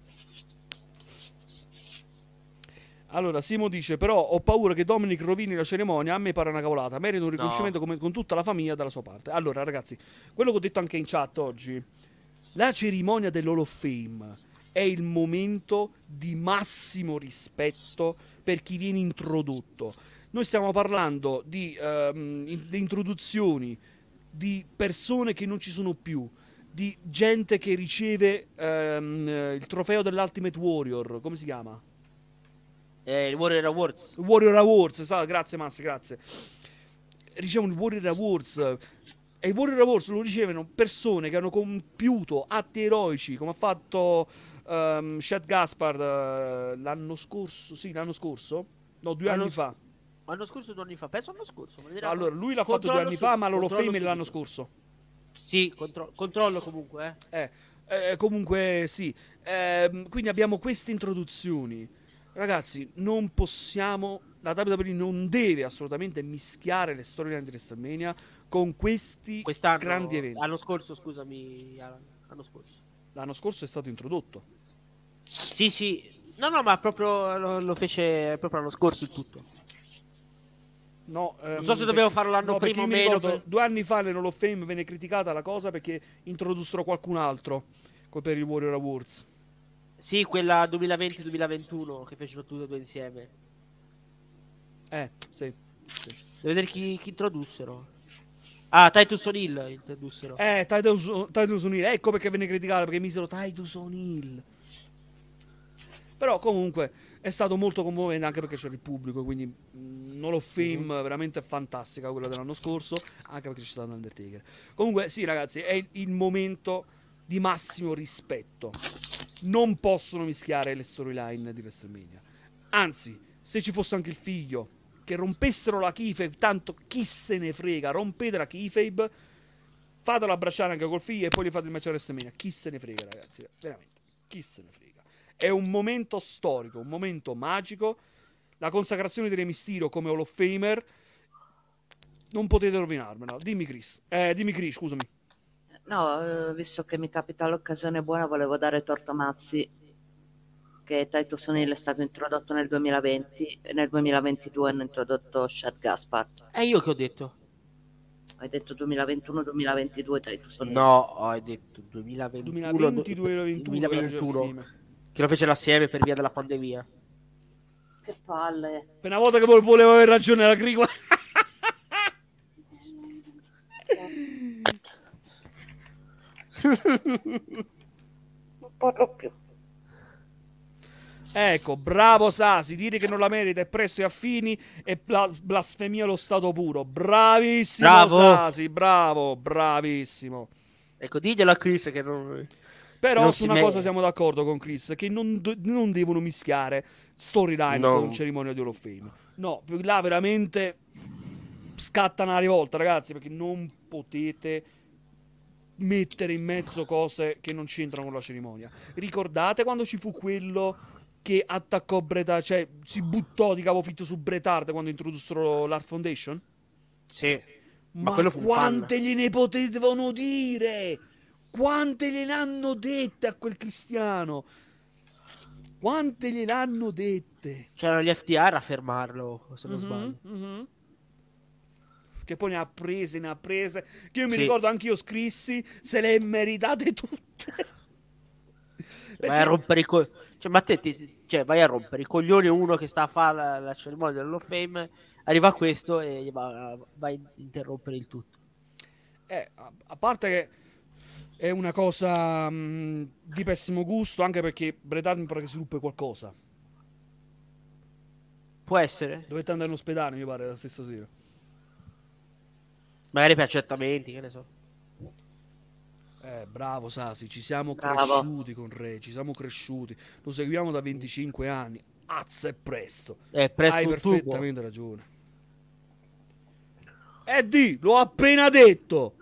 Allora, Simo dice, però ho paura che Dominic rovini la cerimonia, a me pare una cavolata, merita un riconoscimento come, con tutta la famiglia dalla sua parte. Allora, ragazzi, quello che ho detto anche in chat oggi, la cerimonia dell'Hall of Fame è il momento di massimo rispetto per chi viene introdotto. Noi stiamo parlando di introduzioni, di persone che non ci sono più, di gente che riceve il trofeo dell'Ultimate Warrior, come si chiama? Il Warrior Awards. Warrior Awards, grazie Massi, grazie. Ricevono il Warrior Awards e i Warrior Awards lo ricevono persone che hanno compiuto atti eroici, come ha fatto Shad Gaspard l'anno scorso, no, 2 anni fa. L'anno scorso, 2 anni fa, penso l'anno scorso. Allora, lui l'ha fatto 2 anni fa, ma l'Hall of Fame è l'anno scorso. Sì, controllo comunque. Comunque sì. Quindi abbiamo queste introduzioni. Ragazzi, non possiamo, la WWE non deve assolutamente mischiare le storyline di WrestleMania con questi grandi eventi. L'anno scorso, scusami, l'anno scorso. L'anno scorso è stato introdotto. Sì. No, ma proprio lo fece proprio l'anno scorso il tutto. No, non so se dovevo farlo l'anno prima o meno. 2 anni fa nell'Hall of Fame venne criticata la cosa perché introdussero qualcun altro per il Warrior Awards. Sì, quella 2020-2021 che fecero tutte e due insieme. Sì. Devo vedere chi introdussero. Ah, Titus O'Neil introdussero. Titus O'Neil, ecco perché venne criticato, perché misero Titus O'Neil. Però comunque è stato molto commovente anche perché c'era il pubblico, quindi Hall of Fame veramente fantastica quella dell'anno scorso, anche perché c'è stato Undertaker. Comunque sì ragazzi, è il momento di massimo rispetto. Non possono mischiare le storyline di WrestleMania. Anzi, se ci fosse anche il figlio, che rompessero la kayfabe, tanto chi se ne frega, rompete la kayfabe, fatelo abbracciare anche col figlio e poi gli fate il match a WrestleMania. Chi se ne frega ragazzi, veramente, chi se ne frega. È un momento storico, un momento magico, la consacrazione di Rey Mysterio come Hall of Famer, non potete rovinarmela. Dimmi Chris, scusami. No, visto che mi capita l'occasione buona, volevo dare torto a Mazzi che Titus O'Neil è stato introdotto nel 2020 e nel 2022 hanno introdotto Shad Gaspard. E io che ho detto? Hai detto 2021-2022 Titus O'Neil. No, ho detto 2020-2021 che lo fecero assieme per via della pandemia. Che palle. Per una volta che volevo aver ragione la Grigua. Non parlo più. Ecco, bravo Sasi, dire che non la merita è presto e affini e blasfemia allo stato puro. Bravissimo Sasi, bravissimo. Ecco, diglielo a Chris che non... Però non su una cosa siamo d'accordo con Chris, che non devono mischiare storyline con cerimonia di Hall of Fame. No, là veramente scatta una rivolta, ragazzi, perché non potete mettere in mezzo cose che non c'entrano con la cerimonia. Ricordate quando ci fu quello che attaccò Bret Hart, cioè si buttò di capofitto su Bret Hart quando introdussero l'Art Foundation? Sì. Ma quello fu quante gliene potevano dire? Quante gliene hanno dette a quel cristiano? Quante gliene hanno dette? C'erano gli FDR a fermarlo, se non sbaglio. Che poi ne ha prese. Che io mi ricordo anche io scrissi, se le meritate tutte. Vai a rompere i vai a rompere i coglioni uno che sta a fare la cerimonia dell'Hall of Fame, arriva questo e va a interrompere il tutto. A parte che è una cosa di pessimo gusto, anche perché Bret Hart mi pare che si ruppe qualcosa. Può essere. Dovete andare in ospedale, mi pare, la stessa sera. Magari per accertamenti, che ne so. Bravo Sasi, ci siamo Bravo. cresciuti con Re, ci siamo cresciuti. Lo seguiamo da 25 anni. Azza è presto. Presto Hai un tubo. perfettamente ragione. Eddie, l'ho appena detto.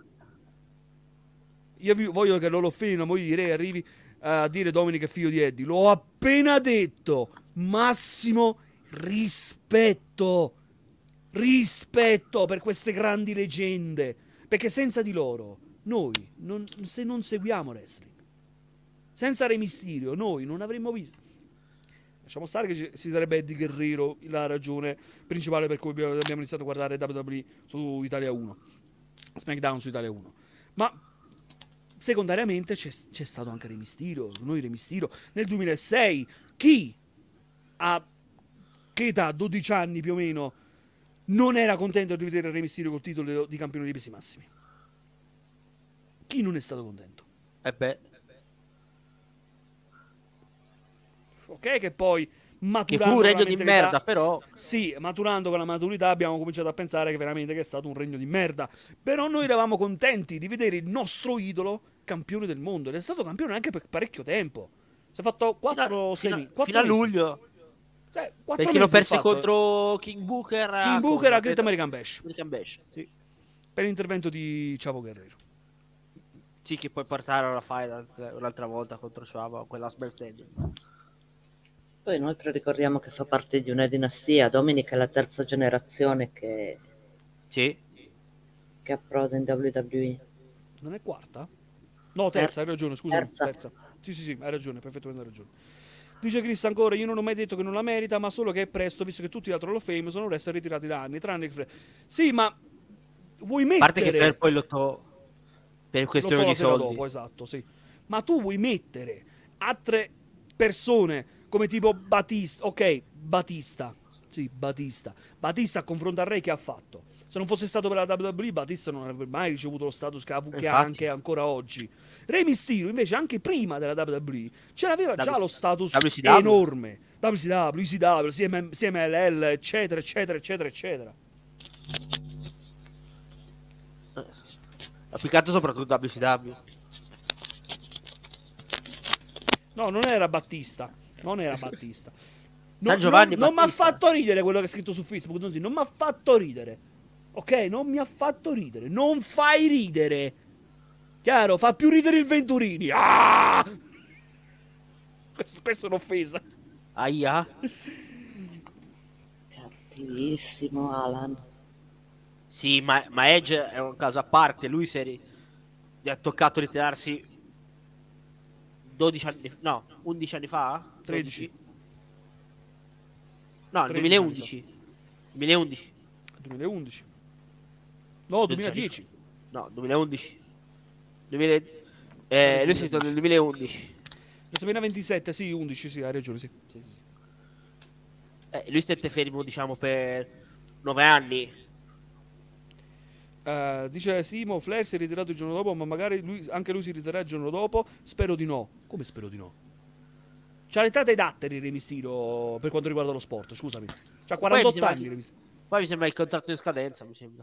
Voglio che Lolo Fini, la moglie di Re, arrivi a dire Dominic è figlio di Eddie. L'ho appena detto. Massimo rispetto. Rispetto per queste grandi leggende. Perché senza di loro, noi se non seguiamo wrestling, senza Re Mysterio, noi non avremmo visto. Lasciamo stare che si sarebbe Eddie Guerrero la ragione principale per cui abbiamo iniziato a guardare WWE su Italia 1, SmackDown su Italia 1. Ma secondariamente c'è stato anche Re Mysterio. Noi Re Mysterio nel 2006, chi a che età, 12 anni più o meno, non era contento di vedere Re Mysterio col titolo di campione dei pesi massimi? Chi non è stato contento? Ok, che poi maturando Che fu un regno di mentalità, merda, però. sì, maturando con la maturità abbiamo cominciato a pensare che veramente che è stato un regno di merda. Però noi eravamo contenti di vedere il nostro idolo campione del mondo. Ed è stato campione anche per parecchio tempo. Si è fatto 4 fino a luglio. Cioè, Perché lo perse contro King Booker. King Booker a Great American Bash. American Bash, sì. Per l'intervento di Chavo Guerrero. Sì, che poi portarono la fight un'altra volta contro Chavo, quella SmackDown. Poi inoltre ricordiamo che fa parte di una dinastia. Dominic è la terza generazione che Sì. approda in WWE. Non è quarta? No, terza, hai ragione, scusa. Terza. Sì, hai ragione, perfettamente ragione. Dice Chris ancora, io non ho mai detto che non la merita, ma solo che è presto, visto che tutti gli altri Hall of Fame sono wrestler ritirati da anni, tranne che Flair. Sì, ma vuoi mettere... A parte che Flair poi lottò per questione di soldi. Dopo, esatto, sì. Ma tu vuoi mettere altre persone come tipo Batista, ok, Batista. Sì, Batista a confronto a Re che ha fatto. Se non fosse stato per la WWE, Batista non avrebbe mai ricevuto lo status che ha anche ancora oggi. Re Mysterio, invece, anche prima della WWE, ce l'aveva già lo status enorme. WCW, ECW, CMLL, eccetera, eccetera, eccetera, eccetera. Ha piccato soprattutto WCW. No, non era Battista. San Giovanni non mi ha fatto ridere quello che è scritto su Facebook. Non mi ha fatto ridere. Ok, non mi ha fatto ridere. Non fai ridere. Chiaro, fa più ridere il Venturini. Ah! Questo è un'offesa. Aia. Cattivissimo Alan. Sì, ma Edge è un caso a parte. Lui gli ha toccato ritirarsi 12 anni, no, 11 anni fa? 13. No, 2011. 2011. 2011. No, 2010. No, 2011. Lui è stato nel 2011. WrestleMania 27, sì, 11, sì, hai ragione, sì. Lui stette fermo, diciamo, per 9 anni. Dice Simo, Flair si è ritirato il giorno dopo, ma magari anche lui si ritirerà il giorno dopo. Spero di no. Come spero di no? C'ha l'età dei datteri Re Mysterio per quanto riguarda lo sport, scusami. C'ha 48 anni. Poi mi sembra il contratto in scadenza, mi sembra.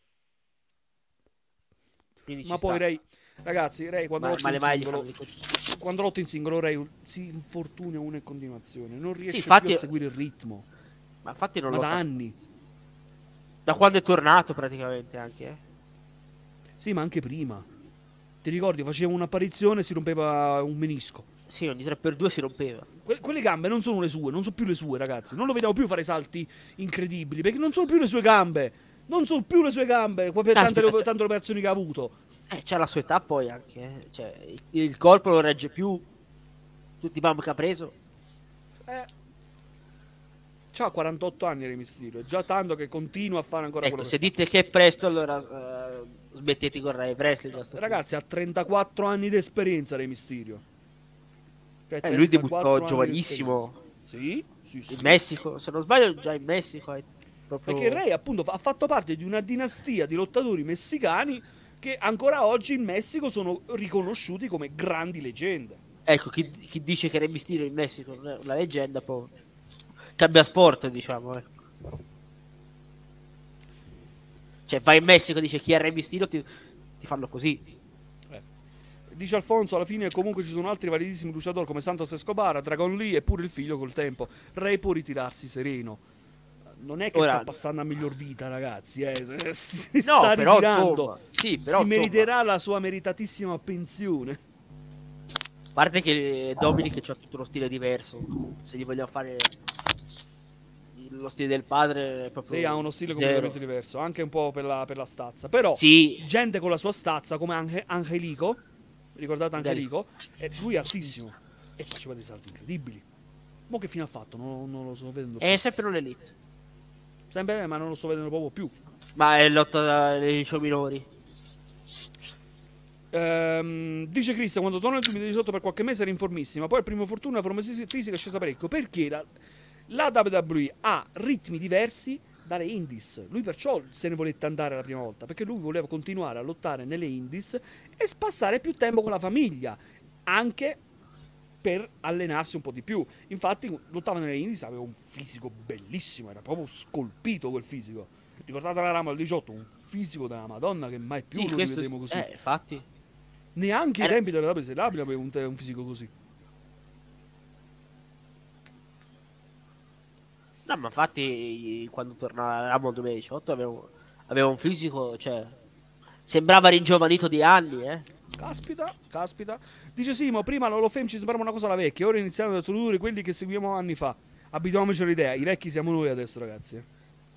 Quindi ma poi Ray, ragazzi, Ray quando lotta in singolo Ray si infortuna una in continuazione, non riesce più a seguire il ritmo. Ma infatti non da anni. Da quando è tornato praticamente anche, Sì, ma anche prima. Ti ricordi, faceva un'apparizione e si rompeva un menisco. Sì, ogni 3x2 si rompeva. Quelle gambe non sono le sue, non sono più le sue, ragazzi. Non lo vediamo più fare salti incredibili, perché non sono più le sue gambe. Non sono più le sue gambe, per tante operazioni che ha avuto. C'ha la sua età poi anche, Cioè, il corpo lo regge più. Tutti i bump che ha preso. C'ha 48 anni Re Mysterio, è già tanto che continua a fare ancora quello che se dite che è presto, allora smettete con il wrestling. Ragazzi, ha 34 anni di esperienza Re Mysterio. Cioè, lui debuttò giovanissimo. Sì. In Messico, se non sbaglio già in Messico. Proprio... Perché Re appunto ha fatto parte di una dinastia di lottatori messicani che ancora oggi in Messico sono riconosciuti come grandi leggende. Ecco, chi dice che Re Mysterio in Messico non è una leggenda, poi cambia sport, diciamo. Cioè, vai in Messico, dice chi è Rey Mysterio, ti fanno così. Dice Alfonso, alla fine comunque ci sono altri validissimi luciatori come Santos Escobar, Dragon Lee e pure il figlio col tempo. Rey può ritirarsi sereno. Non è che Ora, sta passando a miglior vita, ragazzi. Si no, sta però ritirando. insomma, sì, però si insomma, meriterà la sua meritatissima pensione. a parte che Dominic c'ha tutto lo stile diverso. Se gli vogliamo fare lo stile del padre, è proprio Sì, ha uno stile zero. completamente diverso, anche un po' per la stazza. Però, Sì, gente con la sua stazza, come Angelico, ricordate Angelico? Lui è altissimo e faceva dei salti incredibili. Mo' che fine ha fatto? Non lo sto vedendo più. è sempre un'elite. Sempre, ma non lo sto vedendo proprio più. Ma è lotta nei show minori. Dice Chris, quando torna nel 2018 per qualche mese era informissima, poi al primo fortuna la forma fisica è scesa parecchio, perché la WWE ha ritmi diversi dalle indies. Lui perciò se ne volette andare la prima volta, perché lui voleva continuare a lottare nelle indies e passare più tempo con la famiglia, anche per allenarsi un po' di più. Infatti lottava nelle indies, aveva un fisico bellissimo, era proprio scolpito quel fisico. Ricordate la Rumble 18, un fisico della Madonna che mai più Sì, lo questo rivedremo così. infatti. Neanche ai tempi della WCW aveva un fisico così. No, ma infatti quando tornavamo nel 2018 aveva un fisico, cioè sembrava ringiovanito di anni, Caspita. Dice Simo, prima l'Hall of Fame ci sembrava una cosa alla vecchia, ora iniziano a introdurre quelli che seguivamo anni fa. Abituiamoci all'idea, i vecchi siamo noi adesso, ragazzi.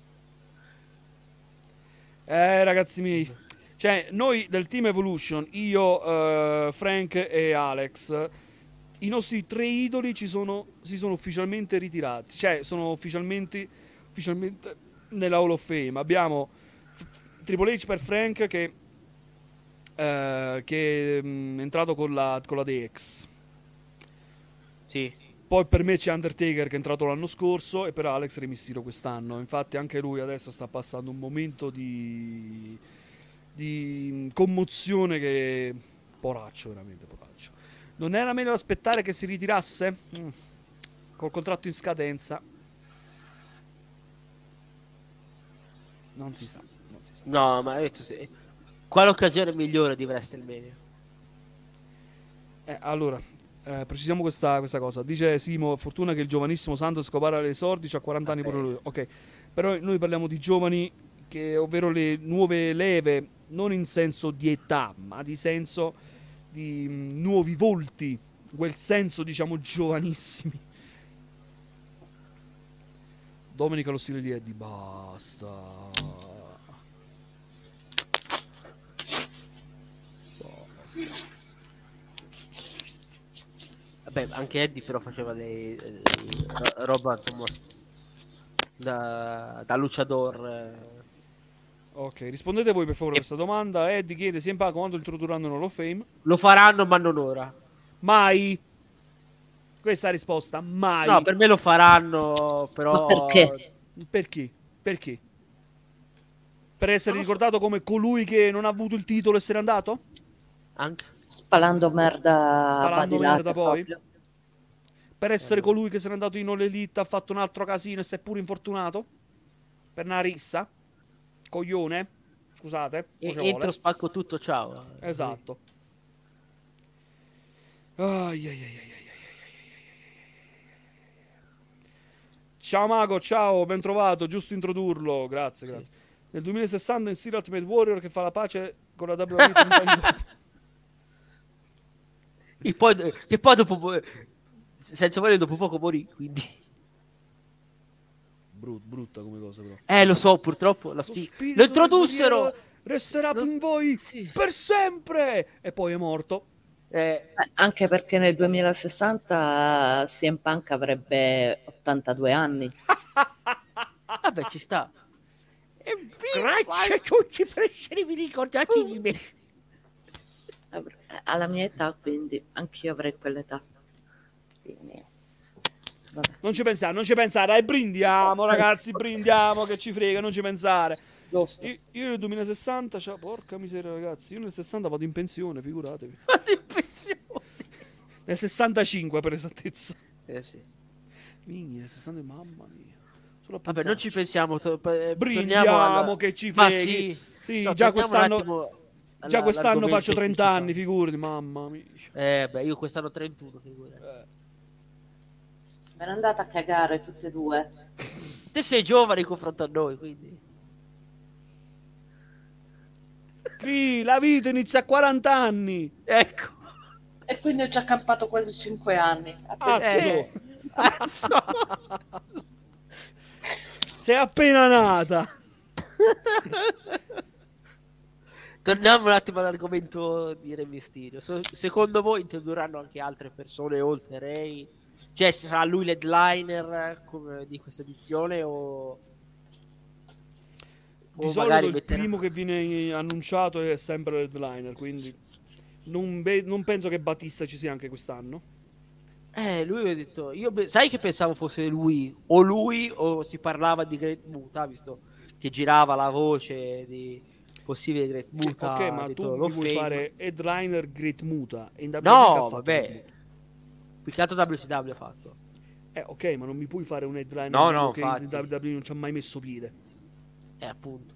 Ragazzi miei. Cioè, noi del Team Evolution, io, Frank e Alex, i nostri 3 idoli si sono ufficialmente ritirati. Cioè, sono ufficialmente nella Hall of Fame. Abbiamo Triple H per Frank che è entrato con la DX. Sì. Poi per me c'è Undertaker che è entrato l'anno scorso e per Alex Rey Mysterio quest'anno. Infatti anche lui adesso sta passando un momento di commozione che... Poraccio, veramente poraccio. Non era meglio aspettare che si ritirasse? Col contratto in scadenza. Non si sa. No, ma detto sì. Quale occasione migliore di WrestleMania? Allora, precisiamo questa cosa. Dice Simo, fortuna che il giovanissimo Santos Escobar alle esordi, c'ha 40 anni pure lui. Ok, però noi parliamo di giovani, ovvero le nuove leve, non in senso di età, ma di senso di nuovi volti, quel senso diciamo giovanissimi. Domenica lo stile di Eddie, basta. Vabbè, anche Eddie però faceva roba insomma da luchador. Ok, rispondete voi per favore a questa domanda. Eddie chiede sia in paga quando introdurranno Hall of Fame. Lo faranno, ma non ora. Mai. Questa è la risposta, mai. No, per me lo faranno, però... Ma perché? Perché? Per essere ricordato come colui che non ha avuto il titolo e se n'è andato? Anche. Spalando merda Poi? proprio. Per essere colui che se n'è andato in All Elite, ha fatto un altro casino e si è pure infortunato? Per una rissa? Coglione? Scusate. Entro, spacco tutto, ciao. Esatto. Ciao Mago, ciao, ben trovato, giusto introdurlo, grazie. Nel 2060 in Steel Ultimate Warrior che fa la pace con la WWE. Che poi dopo, senza voler, dopo poco morì, quindi... Brutta come cosa però. Lo so, purtroppo lo introdussero. Resterà in voi per sempre. E poi è morto. Anche perché nel 2060 CM Punk avrebbe 82 anni. Vabbè, ci sta. Grazie a tutti per esservi ricordati di me. Alla mia età, quindi anch'io avrei quell'età. Quindi, non ci pensare, dai, brindiamo ragazzi, brindiamo, che ci frega, non ci pensare. Io nel 2060, porca miseria ragazzi, io nel 60 vado in pensione, figuratevi. Vado in pensione? Nel 65 per esattezza. Sì. Minchia, 60, mamma mia. Solo a Vabbè, non ci pensarci. pensiamo. Brindiamo che ci Ma freghi. sì. Sì, No, già torniamo un quest'anno, attimo già quest'anno all'argomento faccio 30 anni, principale. figurati, mamma mia. Beh, io quest'anno 31, figurati. Me ne andate a cagare tutte e due. Te sei giovane in confronto a noi, quindi. Qui la vita inizia a 40 anni. Ecco. E quindi ho già campato quasi 5 anni. Azzo. Azzo. Sei appena nata. Torniamo un attimo all'argomento di Re Mysterio. Secondo voi introdurranno anche altre persone oltre Rey? Cioè, sarà lui l'headliner di questa edizione o Di solito magari il metterà... primo che viene annunciato è sempre l'headliner, quindi non penso che Batista ci sia anche quest'anno. Lui ha detto, sai che pensavo fosse lui o si parlava di Great Muta, visto che girava la voce di possibile Great Sì, Muta. ok, ma tu mi vuoi fare headliner Great Muta e in WWE che ha No, fatto vabbè. Great Muta? Più che altro WCW ha fatto. Ok, ma non mi puoi fare un headliner No, che infatti. in WWE non ci ha mai messo piede. Appunto.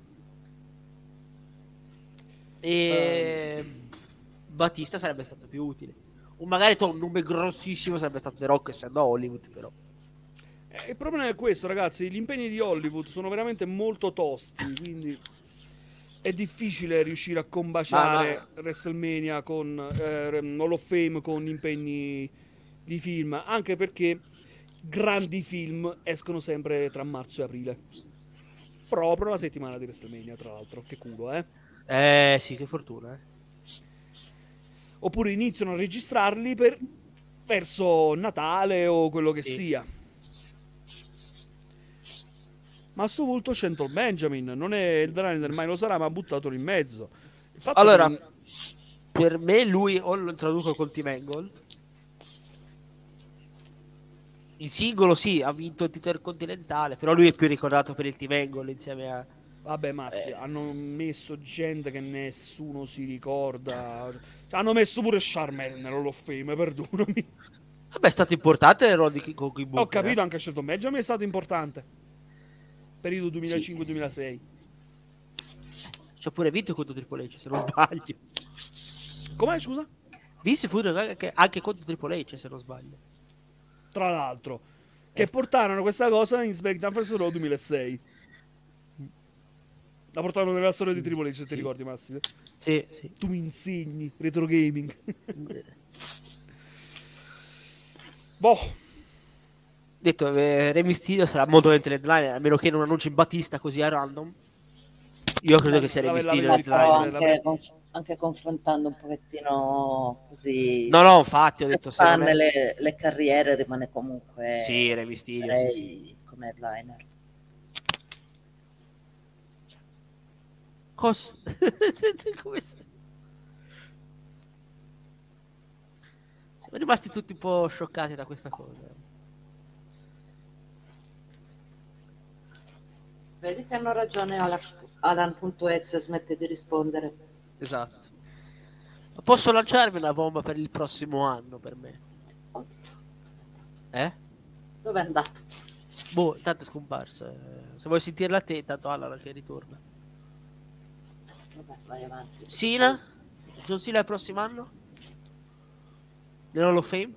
E Batista sarebbe stato più utile. O magari un nome grossissimo sarebbe stato The Rock, essendo a Hollywood, però. Il problema è questo, ragazzi, gli impegni di Hollywood sono veramente molto tosti, quindi è difficile riuscire a combaciare WrestleMania con Hall of Fame con impegni di film, anche perché grandi film escono sempre tra marzo e aprile. Proprio la settimana di WrestleMania, tra l'altro. Che culo, Sì, che fortuna, Oppure iniziano a registrarli verso Natale o quello che sia. Ma a sto punto Shenton Benjamin non è il Drainer, mai lo sarà, ma ha buttato in mezzo. Il fatto allora, che per me lui o lo introduco col Team Angle. In singolo sì, ha vinto il titolo intercontinentale, però lui è più ricordato per il Team Angle insieme a... Vabbè, ma sì, hanno messo gente che nessuno si ricorda. Hanno messo pure Charmel nell'Hall of Fame, perdonami. Vabbè, è stato importante con Booker. Ho capito, anche Shenton Benjamin è stato importante. Periodo 2005-2006. Ci ha pure vinto contro Triple H, se non sbaglio. Com'è, scusa? Vinse pure anche contro Triple H, se non sbaglio. Tra l'altro, che portarono questa cosa in SmackDown vs. Raw 2006. La portarono nella storia di Triple H, se ti ricordi, Massimo. Sì. Tu mi insegni retro gaming. Boh. Detto, Re Mysterio sarà molto l'headliner, a meno che non annunci Battista così a random. Io credo che sia Re Mysterio l'headliner. Anche confrontando un pochettino così... No, infatti ho detto se non è... le carriere rimane comunque... Sì, Re Mysterio, sì. Come headliner. Cosa? Siamo rimasti tutti un po' scioccati da questa cosa. Vedi che hanno ragione Alan.ez smette di rispondere. Esatto. Ma posso lanciarmi una bomba per il prossimo anno per me? Dove è andato? Boh, tanto è scomparso. Se vuoi sentirla a te, tanto Alan che ritorna. Vabbè, vai avanti. Cena? John Cena il prossimo anno? Nell'Hall of Fame?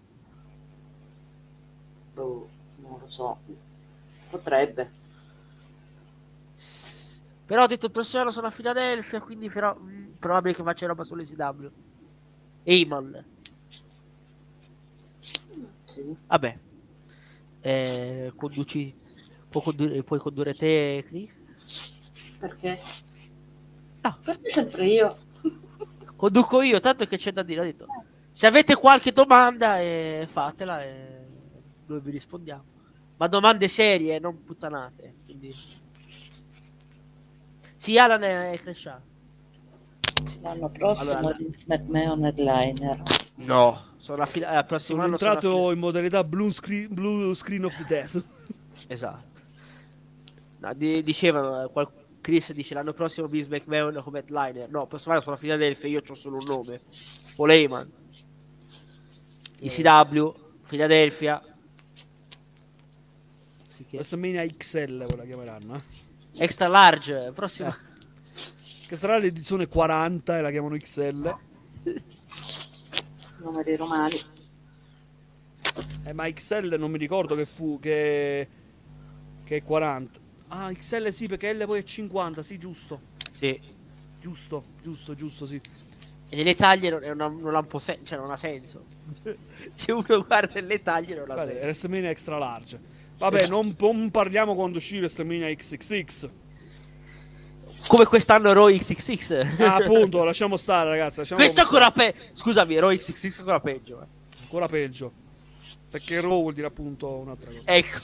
Non lo so. Potrebbe. Però ho detto il prossimo anno sono a Philadelphia, quindi però probabile che faccia roba sull'ECW. Heyman. Sì. Vabbè. Puoi condurre te, Cri? Perché? No. Perché sempre io? Conduco io, tanto che c'è da dire. Ho detto, se avete qualche domanda, fatela e noi vi rispondiamo. Ma domande serie, non puttanate. Quindi... Sì, Alan è cresciato. L'anno prossimo Allora, Vince McMahon headliner. No, sono al prossimo Sono anno entrato in modalità blue screen of the death. Esatto. No, dicevano, Chris dice l'anno prossimo Vince McMahon come headliner. No, prossimo anno sono a Philadelphia, io ho solo un nome. Paul Heyman. ECW, Philadelphia. Sì, che... WrestleMania XL quella chiameranno, Extra large, prossima. che sarà l'edizione 40 e la chiamano XL. Numeri romani. Ma XL non mi ricordo che fu che è 40. Ah, XL sì, perché L poi è 50, sì, giusto. Sì. Giusto, sì. E nelle taglie non ha un po' cioè non ha senso. Se uno guarda le taglie non ha Guarda, senso. WrestleMania extra large. Vabbè, non parliamo quando uscì WrestleMania XXX. Come quest'anno Raw XXX. Ah, appunto, lasciamo stare, ragazzi. Questo è ancora scusami, Raw XXX è ancora peggio. Ancora peggio. Perché Raw vuol dire appunto un'altra cosa. Ecco.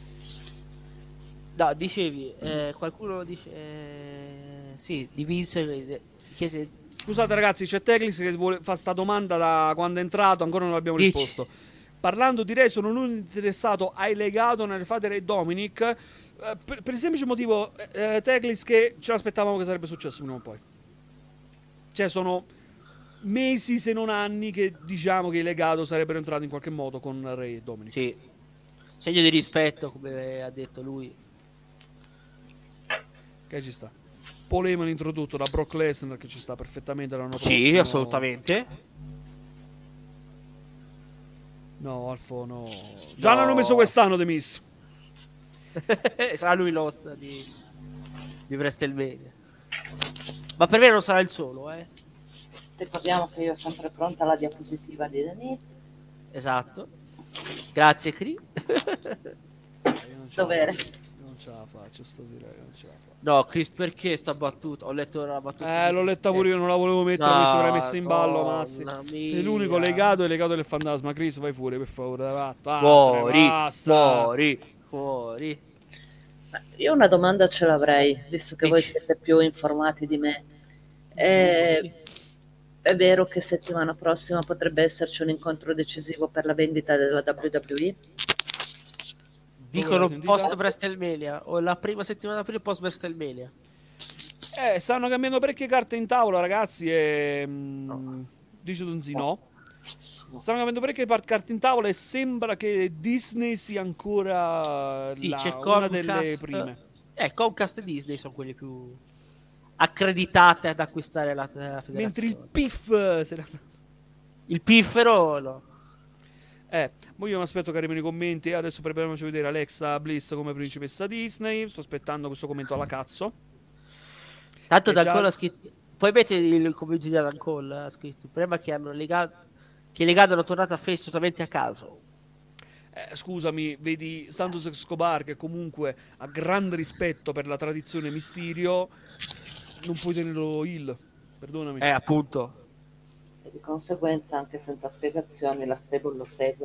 No, dicevi, qualcuno dice... sì, di Vince chiese... Scusate ragazzi, c'è Teclis che fa sta domanda da quando è entrato, ancora non l'abbiamo Dici. risposto. Parlando di Re, sono non interessato ai legato nel fate Re Dominic, per il semplice motivo, Teclis, che ce l'aspettavamo che sarebbe successo prima o poi. Cioè sono mesi se non anni che diciamo che i legato sarebbero entrati in qualche modo con Re e Dominic. Sì. Segno di rispetto, come ha detto lui. Che ci sta. Paul Heyman introdotto da Brock Lesnar, che ci sta perfettamente l'anno prossimo. Sì, assolutamente. No, Alfo, no. Già l'hanno messo quest'anno The Miz. Sarà lui l'host di WrestleMania. Ma per me non sarà il solo, Ricordiamo che io ho sempre pronta la diapositiva di Denise. Esatto. Grazie, Cri. Dovere. Non ce la faccio stasera, non ce la faccio. No, Chris, perché sta battuta? Ho letto la battuta. L'ho letta pure io, non la volevo mettere, mi sono messa in ballo, Massi. Sei l'unico legato del fantasma. Chris, vai fuori, per favore. Fuori. Io una domanda ce l'avrei, visto che voi Dici. siete più informati di me. È vero che settimana prossima potrebbe esserci un incontro decisivo per la vendita della WWE? Dicono sentita? post WrestleMania o la prima settimana prima post WrestleMania. Stanno cambiando parecchie carte in tavola, ragazzi, e... dice Donzi no. Stanno cambiando parecchie carte in tavola e sembra che Disney sia ancora Sì, c'è una Comcast, delle prime. Comcast e Disney sono quelli più accreditate ad acquistare la federazione. Mentre il PIF se l'ha... Il piffero no. Mo io mi aspetto che arrivino i commenti. Adesso prepariamoci a vedere Alexa Bliss come principessa Disney. Sto aspettando questo commento alla cazzo. Tanto E da già- Cole ha scritto. Poi metti il commento di Dan Cole, ha scritto. Il problema è che hanno legato. Che legato hanno tornato a Face totalmente a caso. Scusami, vedi Santos Escobar che comunque ha grande rispetto per la tradizione Mysterio. Non puoi tenerlo heel. Perdonami. Appunto. E di conseguenza, anche senza spiegazioni, la stable lo segue.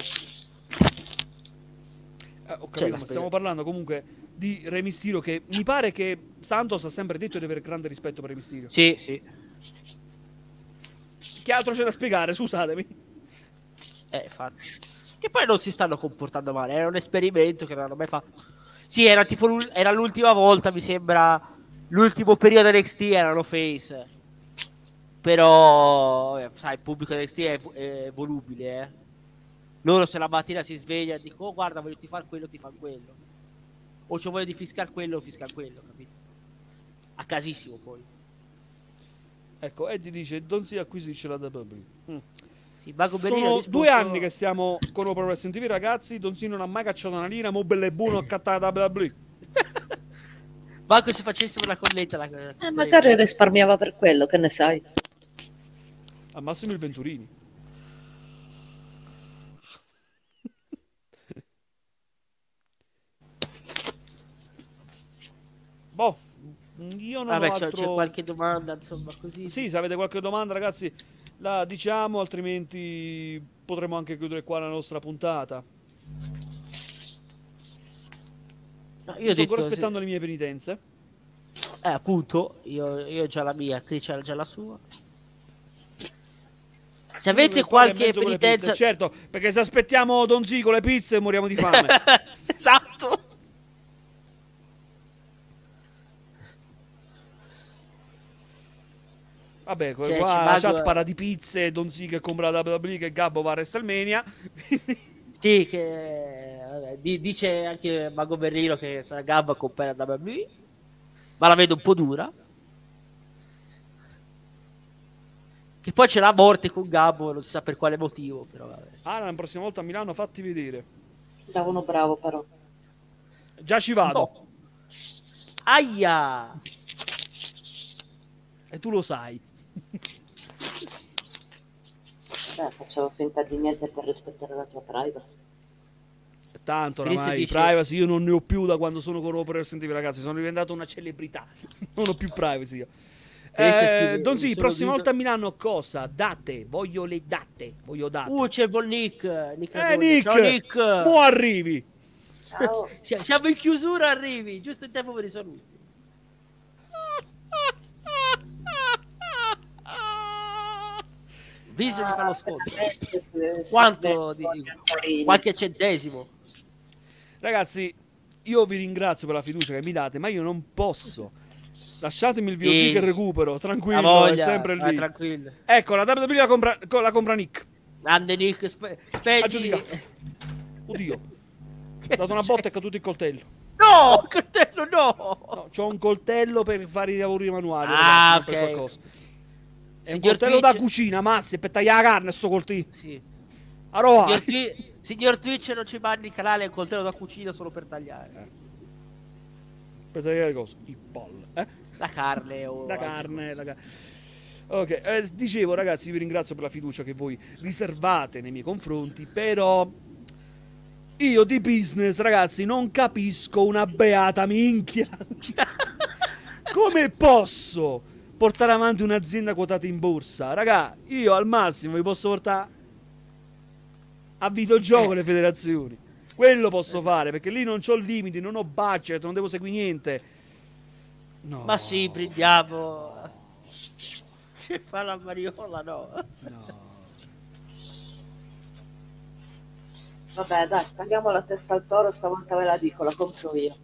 Ho capito, ma stiamo parlando comunque di Re Mysterio, che mi pare che Santos ha sempre detto di avere grande rispetto per Re Mysterio. Sì. Che altro c'è da spiegare, scusatemi. Infatti. Che poi non si stanno comportando male. Era un esperimento che non hanno mai fatto. Sì, era tipo era l'ultima volta, mi sembra. L'ultimo periodo NXT erano face. Però, sai, il pubblico NXT è volubile, Loro se la mattina si sveglia e dicono, oh guarda, voglio ti fare quello, ti fanno quello. O c'ho voglia di fiscare quello, capito? A casissimo poi. Ecco, Eddie dice, Don si acquisisce la WWE. Sì, Mago Bellino ha Sono risposto- 2 anni che stiamo con Pro Wrestling TV, ragazzi. Don Sino non ha mai cacciato una lira, mo bello e buono a cattare la WWE. Manco se facessimo una colletta Magari risparmiava per quello, che ne sai? Al massimo il Venturini. Boh, io non Vabbè, ho c'è altro... qualche domanda, insomma, così. Sì, se avete qualche domanda, ragazzi, la diciamo, altrimenti potremo anche chiudere qua la nostra puntata. No, Io sto ancora aspettando le mie penitenze. Appunto, io ho già la mia, Chris ha già la sua. Se avete qualche penitenza... Certo, perché se aspettiamo Don Z con le pizze moriamo di fame. Esatto. Vabbè, Cioè, qua ci la vago- chat parla di pizze, Don Z che compra la WWE, che Gabbo va a WrestleMania. Sì, che... vabbè, dice anche Mago Berrino che sarà Gabba con Pera da WWE, ma la vedo un po' dura. Che poi c'è la morte con Gabbo, non si sa per quale motivo, però vabbè. Alan, la prossima volta a Milano fatti vedere. Davano bravo però. Già ci vado. No. Aia! E tu lo sai. Beh, facevo finta di niente per rispettare la tua privacy. Tanto Chris oramai dice- privacy io non ne ho più da quando sono con Roper e sentivi ragazzi, sono diventato una celebrità. Non ho più privacy io. Don sì, prossima volta a Milano cosa? Date, voglio le date, voglio date. C'è il buon Nick. Nick, Ciao Nick. mo arrivi. Ciao. Siamo in chiusura, arrivi, giusto in tempo per i saluti. Viso mi fa lo sconto. Quanto? Qualche centesimo. Ragazzi, io vi ringrazio per la fiducia che mi date, ma io non posso. Lasciatemi il VOD Sì. che recupero, tranquillo, La voglia, è sempre vai lì. tranquillo. Ecco, la WWE la compra Nick. Grande Nick, spegni. Aggiudicato. Oddio, Che ho dato una successo? botta e è caduto il coltello. No, coltello no. No, c'ho un coltello per fare i lavori manuali. Ah, ragazzi, non per ok. qualcosa. È un Signor coltello Twitch- da cucina, Massi, per tagliare la carne sto coltello. Sì. Allora, Signor Twitch non ci mandi il canale, è un coltello da cucina solo per tagliare. per tagliare cosa? I polli, La carne o La altre carne, cose. Ok, dicevo ragazzi, vi ringrazio per la fiducia che voi riservate nei miei confronti, però io di business, ragazzi, non capisco una beata minchia. Come posso portare avanti un'azienda quotata in borsa? Raga, io al massimo vi posso portare a videogioco le federazioni. Quello posso fare, perché lì non c'ho limiti, non ho budget, non devo seguire niente. No. Ma sì, prendiamo. Ci fa la mariola, no? Vabbè, dai, tagliamo la testa al toro, stavolta ve la dico, la compro io.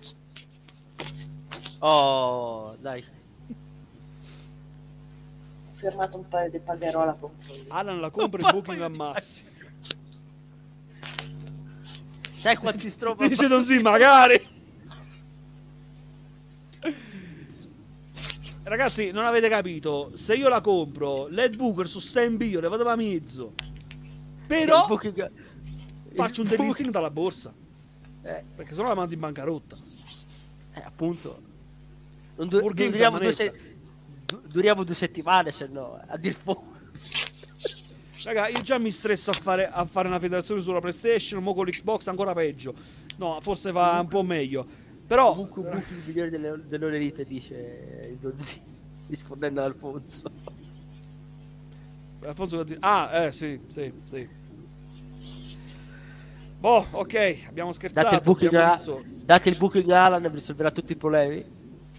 Oh, dai. Ho firmato un paio di pagherò, la compro io. Alan la compra in booking a massi. Sai quanti strofi? Dice Don sì, magari. Ragazzi, non avete capito. Se io la compro, l'head booker su Stamp io le vado a mezzo. Però faccio un delisting dalla borsa. Perché sennò la mando in bancarotta. Appunto. Non Wargames duriamo, a manetta. duriamo 2 settimane, se no, a dir poco. Raga, io già mi stresso a fare una federazione sulla PlayStation, mo con l'Xbox ancora peggio. No, forse va un po' meglio. Però Comunque un booking migliore dell'Orelite, dice il Donzi, rispondendo ad Alfonso. Alfonso sì. Boh, ok, abbiamo scherzato. Date il booking a Alan e risolverà tutti i problemi.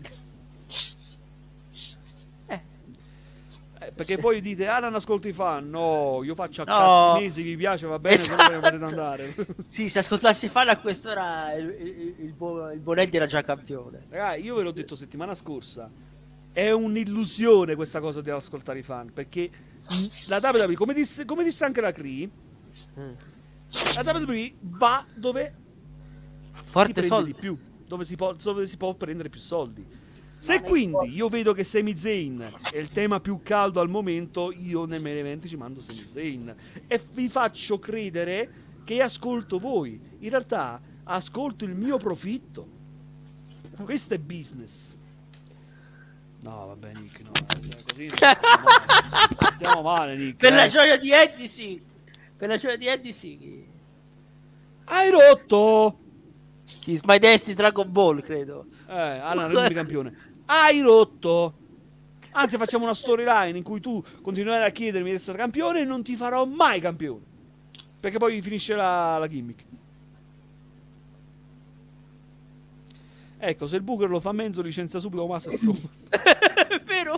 Perché poi dite, non ascolti i fan. No, io faccio a No. cazzi mesi, vi piace, va bene, se no Esatto. ne potete andare. Sì, se ascoltassi fan a quest'ora il Bonelli era già campione. Ragazzi, io ve l'ho detto settimana scorsa, è un'illusione questa cosa di ascoltare i fan, perché la WWE, come disse anche la Cree, la WWE va dove si Forte prende soldi. di più, dove si può prendere più soldi. Se quindi io vedo che Sami Zayn è il tema più caldo al momento, io nel main event ci mando Sami Zayn e vi faccio credere che ascolto voi. In realtà ascolto il mio profitto. Questo è business. No, vabbè, Nick, no, se così stiamo male, Nick. Per la gioia di Eddie, sì. Per la gioia di Eddie, sì. Hai rotto! Kiss My Destiny Dragon Ball, credo. Alan, rendimi campione. Hai rotto! Anzi, facciamo una storyline in cui tu continuerai a chiedermi di essere campione e non ti farò mai campione. Perché poi finisce la gimmick. Ecco, se il Booker lo fa Menzo, licenzia subito Massa Strowman. È vero.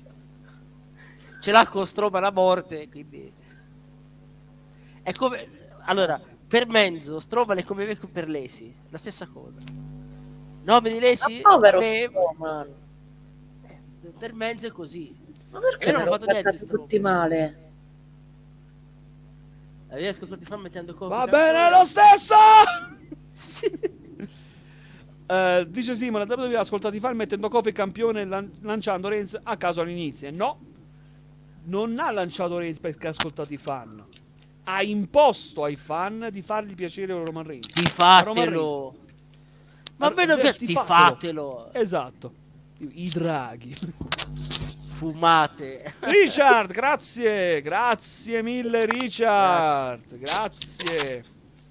Ce l'ha con Strowman a morte, quindi... È come... Allora, per Menzo, Strowman è come me per Lacey. La stessa cosa. Nome di Lacey? Ma povero Beh, Strowman. per Menzo è così. Ma perché Io non non ho lo fatto niente, trattate tutti male? Riesco a ti fa mettendo coffee. Va bene lo stesso! Dice Simon, la WWE ha ascoltato i fan mettendo Kofi campione lanciando Reigns a caso all'inizio. No, non ha lanciato Reigns perché ha ascoltato i fan. Ha imposto ai fan di fargli piacere Roman Reigns. Tifatelo. Ma meno che tifatelo. Esatto. I draghi. Fumate. Richard, grazie. Grazie mille Richard. Grazie.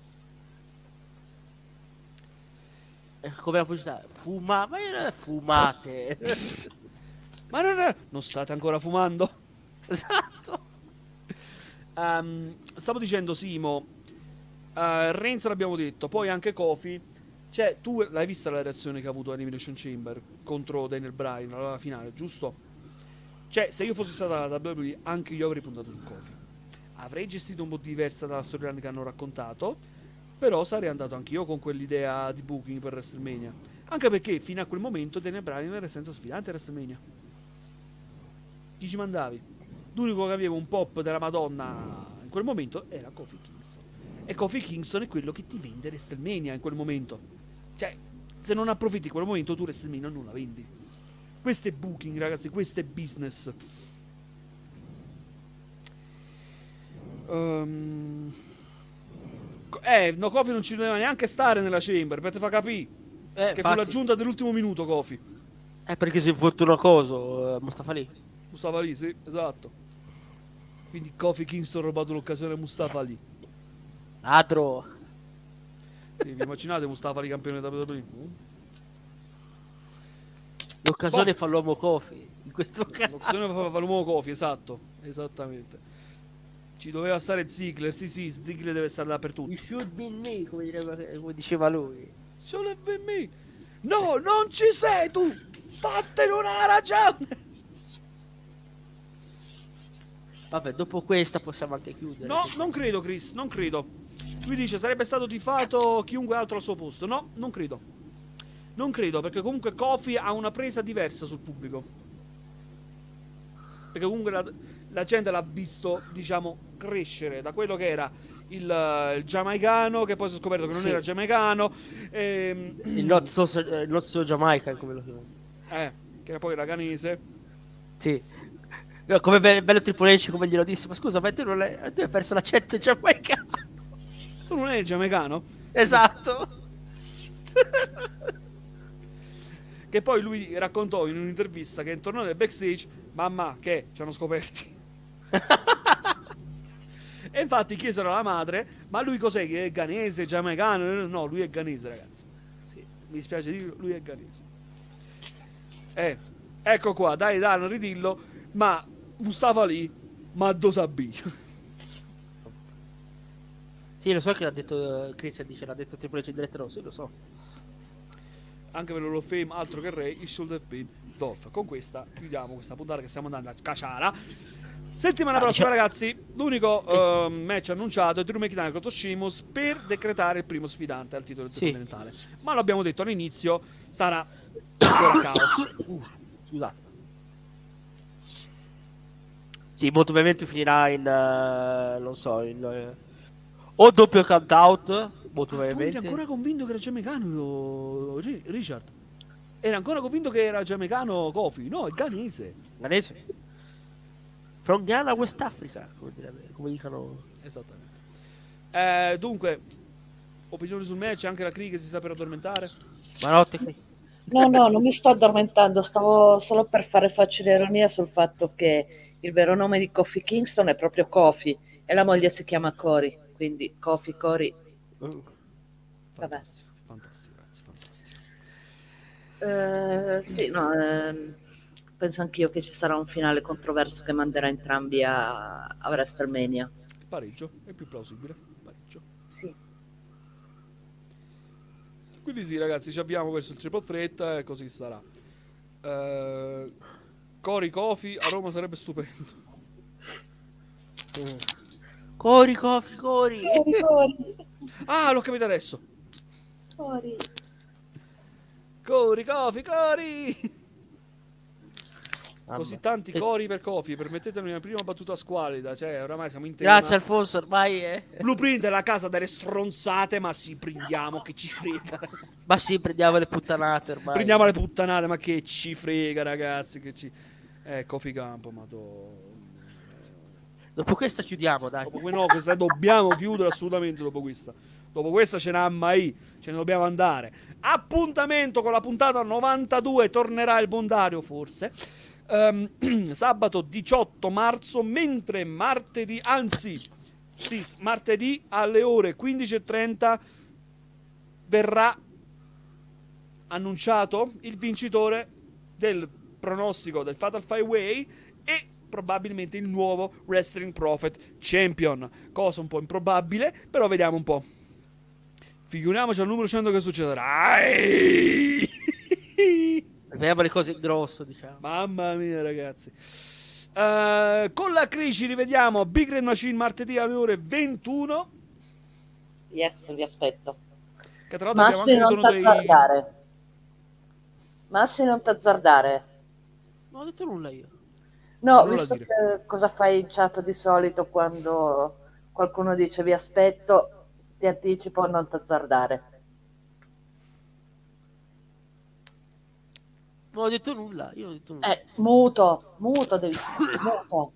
Come la pubblicità? Ma non è fumate. Ma non state ancora fumando? Esatto. Stavo dicendo Simo, Reigns l'abbiamo detto, poi anche Kofi. Cioè, tu l'hai vista la reazione che ha avuto Elimination Chamber contro Daniel Bryan alla finale, giusto? Cioè, se io fossi stata la WWE, anche io avrei puntato su Kofi. Avrei gestito un po' diversa dalla storyline che hanno raccontato, però sarei andato anch'io con quell'idea di booking per WrestleMania. Anche perché fino a quel momento Daniel Bryan era senza sfidante a WrestleMania. Chi ci mandavi? L'unico che aveva un pop della Madonna in quel momento era Kofi Kingston. E Kofi Kingston è quello che ti vende WrestleMania in quel momento. Cioè, se non approfitti di quel momento, tu WrestleMania non la vendi. Questo è booking, ragazzi, questo è business. No, Kofi non ci doveva neanche stare nella Chamber, per te fa capire. Che fu l'aggiunta dell'ultimo minuto, Kofi. Perché si è fatto una cosa, Mustafa lì. Mustafa lì, sì, esatto. Quindi Kofi Kingston ha rubato l'occasione a Mustafa lì. Ladro. Sì, vi immaginate Mustafa lì campione da WWE? L'occasione fa l'uomo Kofi. In questo caso. L'occasione fa l'uomo Kofi, esatto. Esattamente. Ci doveva stare Ziggler, sì, Ziggler deve stare dappertutto. You should be me, come diceva lui. Should have been me. No, non ci sei tu! Fattene una ragione! Vabbè, dopo questa possiamo anche chiudere. No, non credo, Chris, non credo. Lui dice sarebbe stato tifato chiunque altro al suo posto. No, non credo. Non credo, perché comunque Kofi ha una presa diversa sul pubblico. Perché comunque la gente l'ha visto, diciamo, crescere da quello che era il giamaicano, che poi si è scoperto che non era giamaicano. Il not so Jamaica, come lo chiamano. Che era poi ghanese. Sì. Come bello Triple H, come glielo disse. Ma scusa, ma tu hai perso l'accento giamaicano. Tu non eri giamaicano? Esatto. Che poi lui raccontò in un'intervista che intorno nel backstage, mamma, che ci hanno scoperti. E infatti chiesero alla madre, ma lui cos'è, che è ghanese, giamaicano? No, lui è ghanese, ragazzi. Sì, mi dispiace dirlo, lui è ghanese. Ecco qua, dai, non ridillo, ma Mustafa lì, ma do sabì. Sì, lo so che l'ha detto Chris, dice, l'ha detto Triple H in diretta, no, sì, lo so. Anche per l'Hall of Fame, altro che Ray, il should have been Dolph. Con questa chiudiamo questa puntata che stiamo andando a caciara. Settimana prossima, ragazzi, l'unico match annunciato è Drew McIntyre contro Sheamus per decretare il primo sfidante al titolo intercontinentale. Ma lo abbiamo detto all'inizio, sarà ancora caos. Scusate. Sì, molto ovviamente finirà in non so, in o doppio count out, molto ovviamente. Era ancora convinto che era giamaicano Richard. Era ancora convinto che era giamaicano Kofi. No, è ghanese. Ghanese. From Ghana, West Africa, come dicono. Esattamente. Dunque, opinioni sul match, anche la Cree che si sta per addormentare. Ma notte. No, non mi sto addormentando, stavo solo per fare facile ironia sul fatto che il vero nome di Kofi Kingston è proprio Kofi e la moglie si chiama Cory, quindi Kofi, Cory. Fantastico, ragazzi, fantastico. Sì, no, penso anch'io che ci sarà un finale controverso che manderà entrambi a WrestleMania. Il pareggio è più plausibile. Pareggio. Sì. Quindi sì, ragazzi, ci avviamo verso il triple threat e così sarà. Cory Kofi a Roma sarebbe stupendo. Cory, Kofi, Cory. Ah, l'ho capito adesso. Cory Kofi, Cory. Così tanti cori per Kofi, permettetemi una prima battuta squalida, cioè oramai siamo in tema. Grazie Alfonso, ormai Blueprint è la casa delle stronzate, ma sì, prendiamo, che ci frega, ragazzi. Ma sì, prendiamo le puttanate ormai. Prendiamo le puttanate, ma che ci frega, ragazzi, che ci... Kofi Campo, Dopo questa chiudiamo, dai. questa dobbiamo chiudere assolutamente dopo questa. Dopo questa ce n'ha mai, ce ne dobbiamo andare. Appuntamento con la puntata 92, tornerà il Bondario forse. Sabato 18 marzo, mentre martedì alle ore 15:30 verrà annunciato il vincitore del pronostico del Fatal 5-Way e probabilmente il nuovo Wrestling Prophet Champion, cosa un po' improbabile, però vediamo un po'. Figuriamoci al numero 100 che succederà. Vediamo le cose in grosso, diciamo. Mamma mia, ragazzi. Con la Cree ci rivediamo Big Red Machine martedì alle ore 21. Yes, vi aspetto. Che tra l'altro Massi, non t'azzardare. Massi, non t'azzardare. Non ho detto nulla io. No, Non visto la dire. che cosa fai in chat di solito quando qualcuno dice vi aspetto, ti anticipo, non t'azzardare. Non ho detto nulla, io ho detto nulla. Muto devi fare, muto.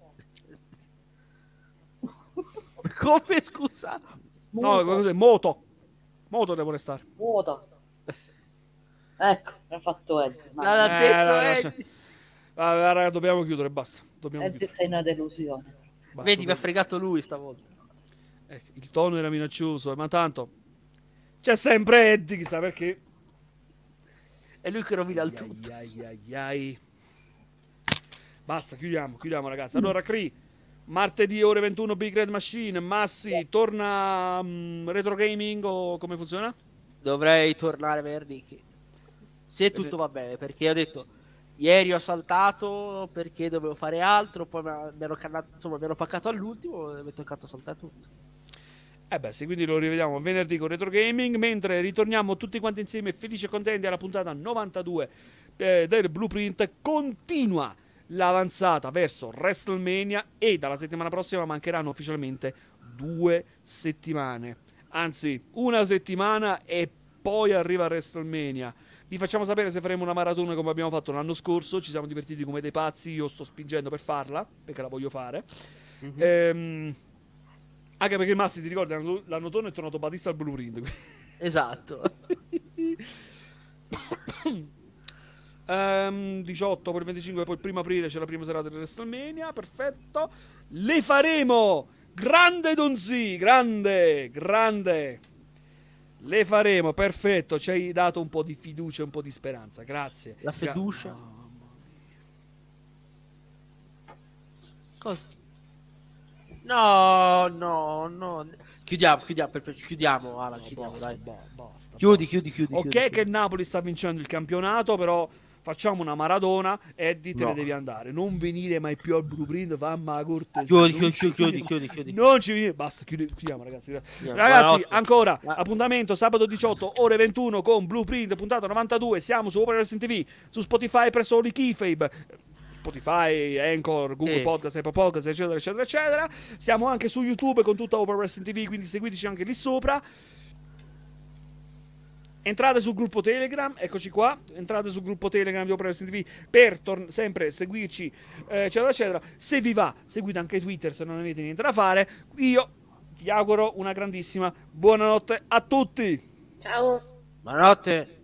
Come, scusa? No, cos'è? Moto devo restare. Muto. Ecco, l'ha fatto Eddie. L'ha detto no, Eddie. Raga, dobbiamo chiudere, basta. Dobbiamo Eddie, chiudere. sei una delusione. Basta, Vedi, mi ha fregato lui stavolta. il tono era minaccioso, ma tanto c'è sempre Eddie, chissà perché. È lui che rovina il tutto. Ai. Basta, chiudiamo ragazzi. Allora, Cree, martedì ore 21 Big Red Machine. Massi, torna Retro Gaming o come funziona? Dovrei tornare venerdì, se tutto va bene, perché ho detto ieri ho saltato perché dovevo fare altro, poi mi hanno paccato all'ultimo e mi è toccato saltare tutto. Sì, quindi lo rivediamo venerdì con Retro Gaming, mentre ritorniamo tutti quanti insieme felici e contenti alla puntata 92 del Blueprint. Continua l'avanzata verso WrestleMania e dalla settimana prossima mancheranno ufficialmente 2 settimane, anzi una settimana e poi arriva WrestleMania. Vi facciamo sapere se faremo una maratona come abbiamo fatto l'anno scorso, ci siamo divertiti come dei pazzi, io sto spingendo per farla perché la voglio fare. Anche perché Massi, ti ricordi, l'anno torno è tornato Batista al Blueprint. Esatto. 18 per 25, poi il 1 aprile c'è la prima serata di WrestleMania, perfetto. Le faremo! Grande Donzi, grande! Le faremo, perfetto, ci hai dato un po' di fiducia, un po' di speranza, grazie. La fiducia. Cosa? No. Chiudiamo, Alan, chiudiamo, dai. Basta. Chiudi. Ok, che il Napoli sta vincendo il campionato, però facciamo una maradona. Eddie, te ne devi andare. Non venire mai più al Blueprint, famma la cortesia. Chiudi. Non ci venire. Basta, chiudiamo, ragazzi. Chiudiamo. Ragazzi, Buonanotte. ancora appuntamento sabato 18 ore 21 con Blueprint, puntata 92. Siamo su Open Wrestling TV, su Spotify presso Oli Keyfabe, Spotify, Anchor, Google Podcast, Apple Podcast, eccetera. Siamo anche su YouTube con tutta Open Wrestling TV, quindi seguiteci anche lì sopra. Entrate sul gruppo Telegram, eccoci qua. Entrate sul gruppo Telegram di Open Wrestling TV per sempre seguirci, eccetera. Se vi va, seguite anche Twitter se non avete niente da fare. Io vi auguro una grandissima buonanotte a tutti. Ciao. Buonanotte.